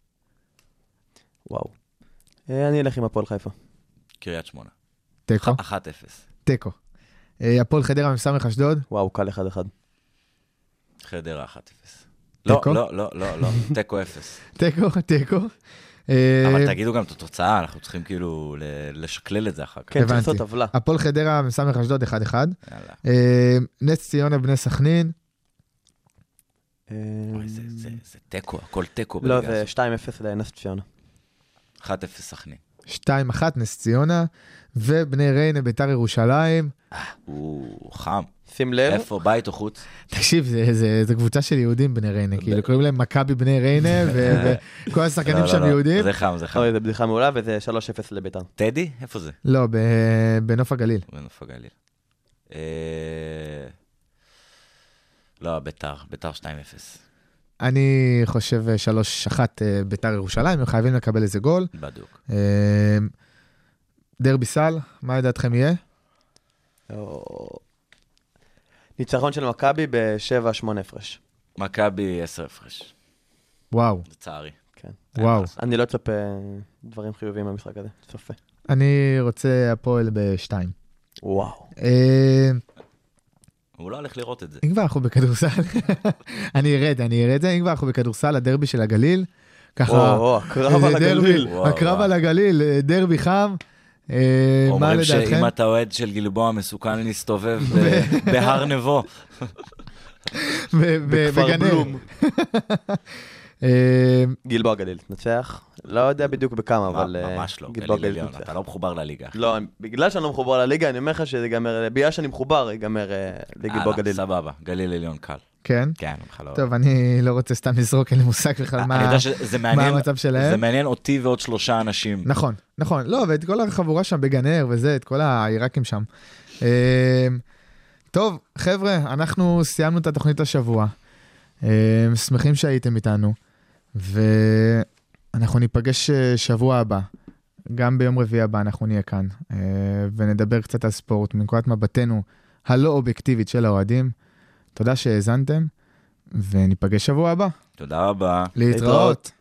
וואו. אני אלך עם הפועל חיפה. קריית שמונה. תיקו. אחת אפס. תיקו. הפועל חדרה מסמך אשדוד. וואו, קל אחד אחד. חדרה אחת אפס. לא, לא, לא, לא, לא, תיקו אפס. תיקו, תיקו. אבל תגידו גם את התוצאה, אנחנו צריכים כאילו לשקלל את זה אחר כך. כן, צריך לעשות טבלה. הפועל חדרה מסמך אשדוד אחד אחד. נס ציונה בני סכנין. זה תיקו, הכל תיקו. לא, זה שתיים אפס לנס ציונה. אחת אפס סכנין. שתיים אחת נס ציונה, ובני ריינה ביתר ירושלים. הוא חם. שים לב. איפה, בית או חוץ? תקשיב, זו קבוצה של יהודים בני ריינה, כאילו קוראים להם מכבי בני ריינה, וכל השחקנים שם יהודים. זה חם, זה חם. זה בדיחה מעולה, וזה שלוש אפס לביתר. טדי? איפה זה? לא, בנוף הגליל. בנוף הגליל. לא, ביתר, ביתר שתיים אפס. אני חושב שלוש אחת ביתר ירושלים, הם חייבים לקבל איזה גול. בדיוק. דרבי סל, מה לדעתכם יהיה? ניצחון של מכבי ב-שבע שמונה הפרש. מכבי עשר הפרש. וואו. לצערי. כן. וואו. אני לא צופה דברים חיוביים במשחק הזה, צופה. אני רוצה הפועל בשתיים. וואו. הוא לא הולך לראות את זה. אם כבר אנחנו בכדורסל, אני ארד, אני ארד את זה, אם כבר אנחנו בכדורסל, הדרבי של הגליל, ככה... או, הקרב על הגליל. הקרב על הגליל, דרבי חם. אומרים שאם אתה אוהד של גלבוע מסוכן להסתובב בהר נבו. בכפר בלום. גלבוע גליל, תנצח. לא יודע בדיוק בכמה, אבל... ממש לא, גליל עליון, אתה לא מחובר לליגה. לא, בגלל שאני לא מחובר לליגה, אני אומר לך שזה ייגמר, בגלל שאני מחובר, ייגמר לגלבוע גליל. סבבה, גליל עליון קל. כן? כן. טוב, אני לא רוצה סתם לזרוק, אין לי מושג בכלל מה המצב שלהם. זה מעניין אותי ועוד שלושה אנשים. נכון, נכון. לא, ואת כל החבורה שם בגנר וזה, את כל העיראקים שם. טוב, חבר'ה, אנחנו סיימנו את התוכנית השבוע. שמחים שהייתם איתנו, ואנחנו ניפגש שבוע הבא. גם ביום רביעי הבא אנחנו נהיה כאן, ונדבר קצת על ספורט, מנקודת מבטנו הלא אובייקטיבית של האוהדים. תודה שהאזנתם, וניפגש שבוע הבא. תודה רבה. להתראות.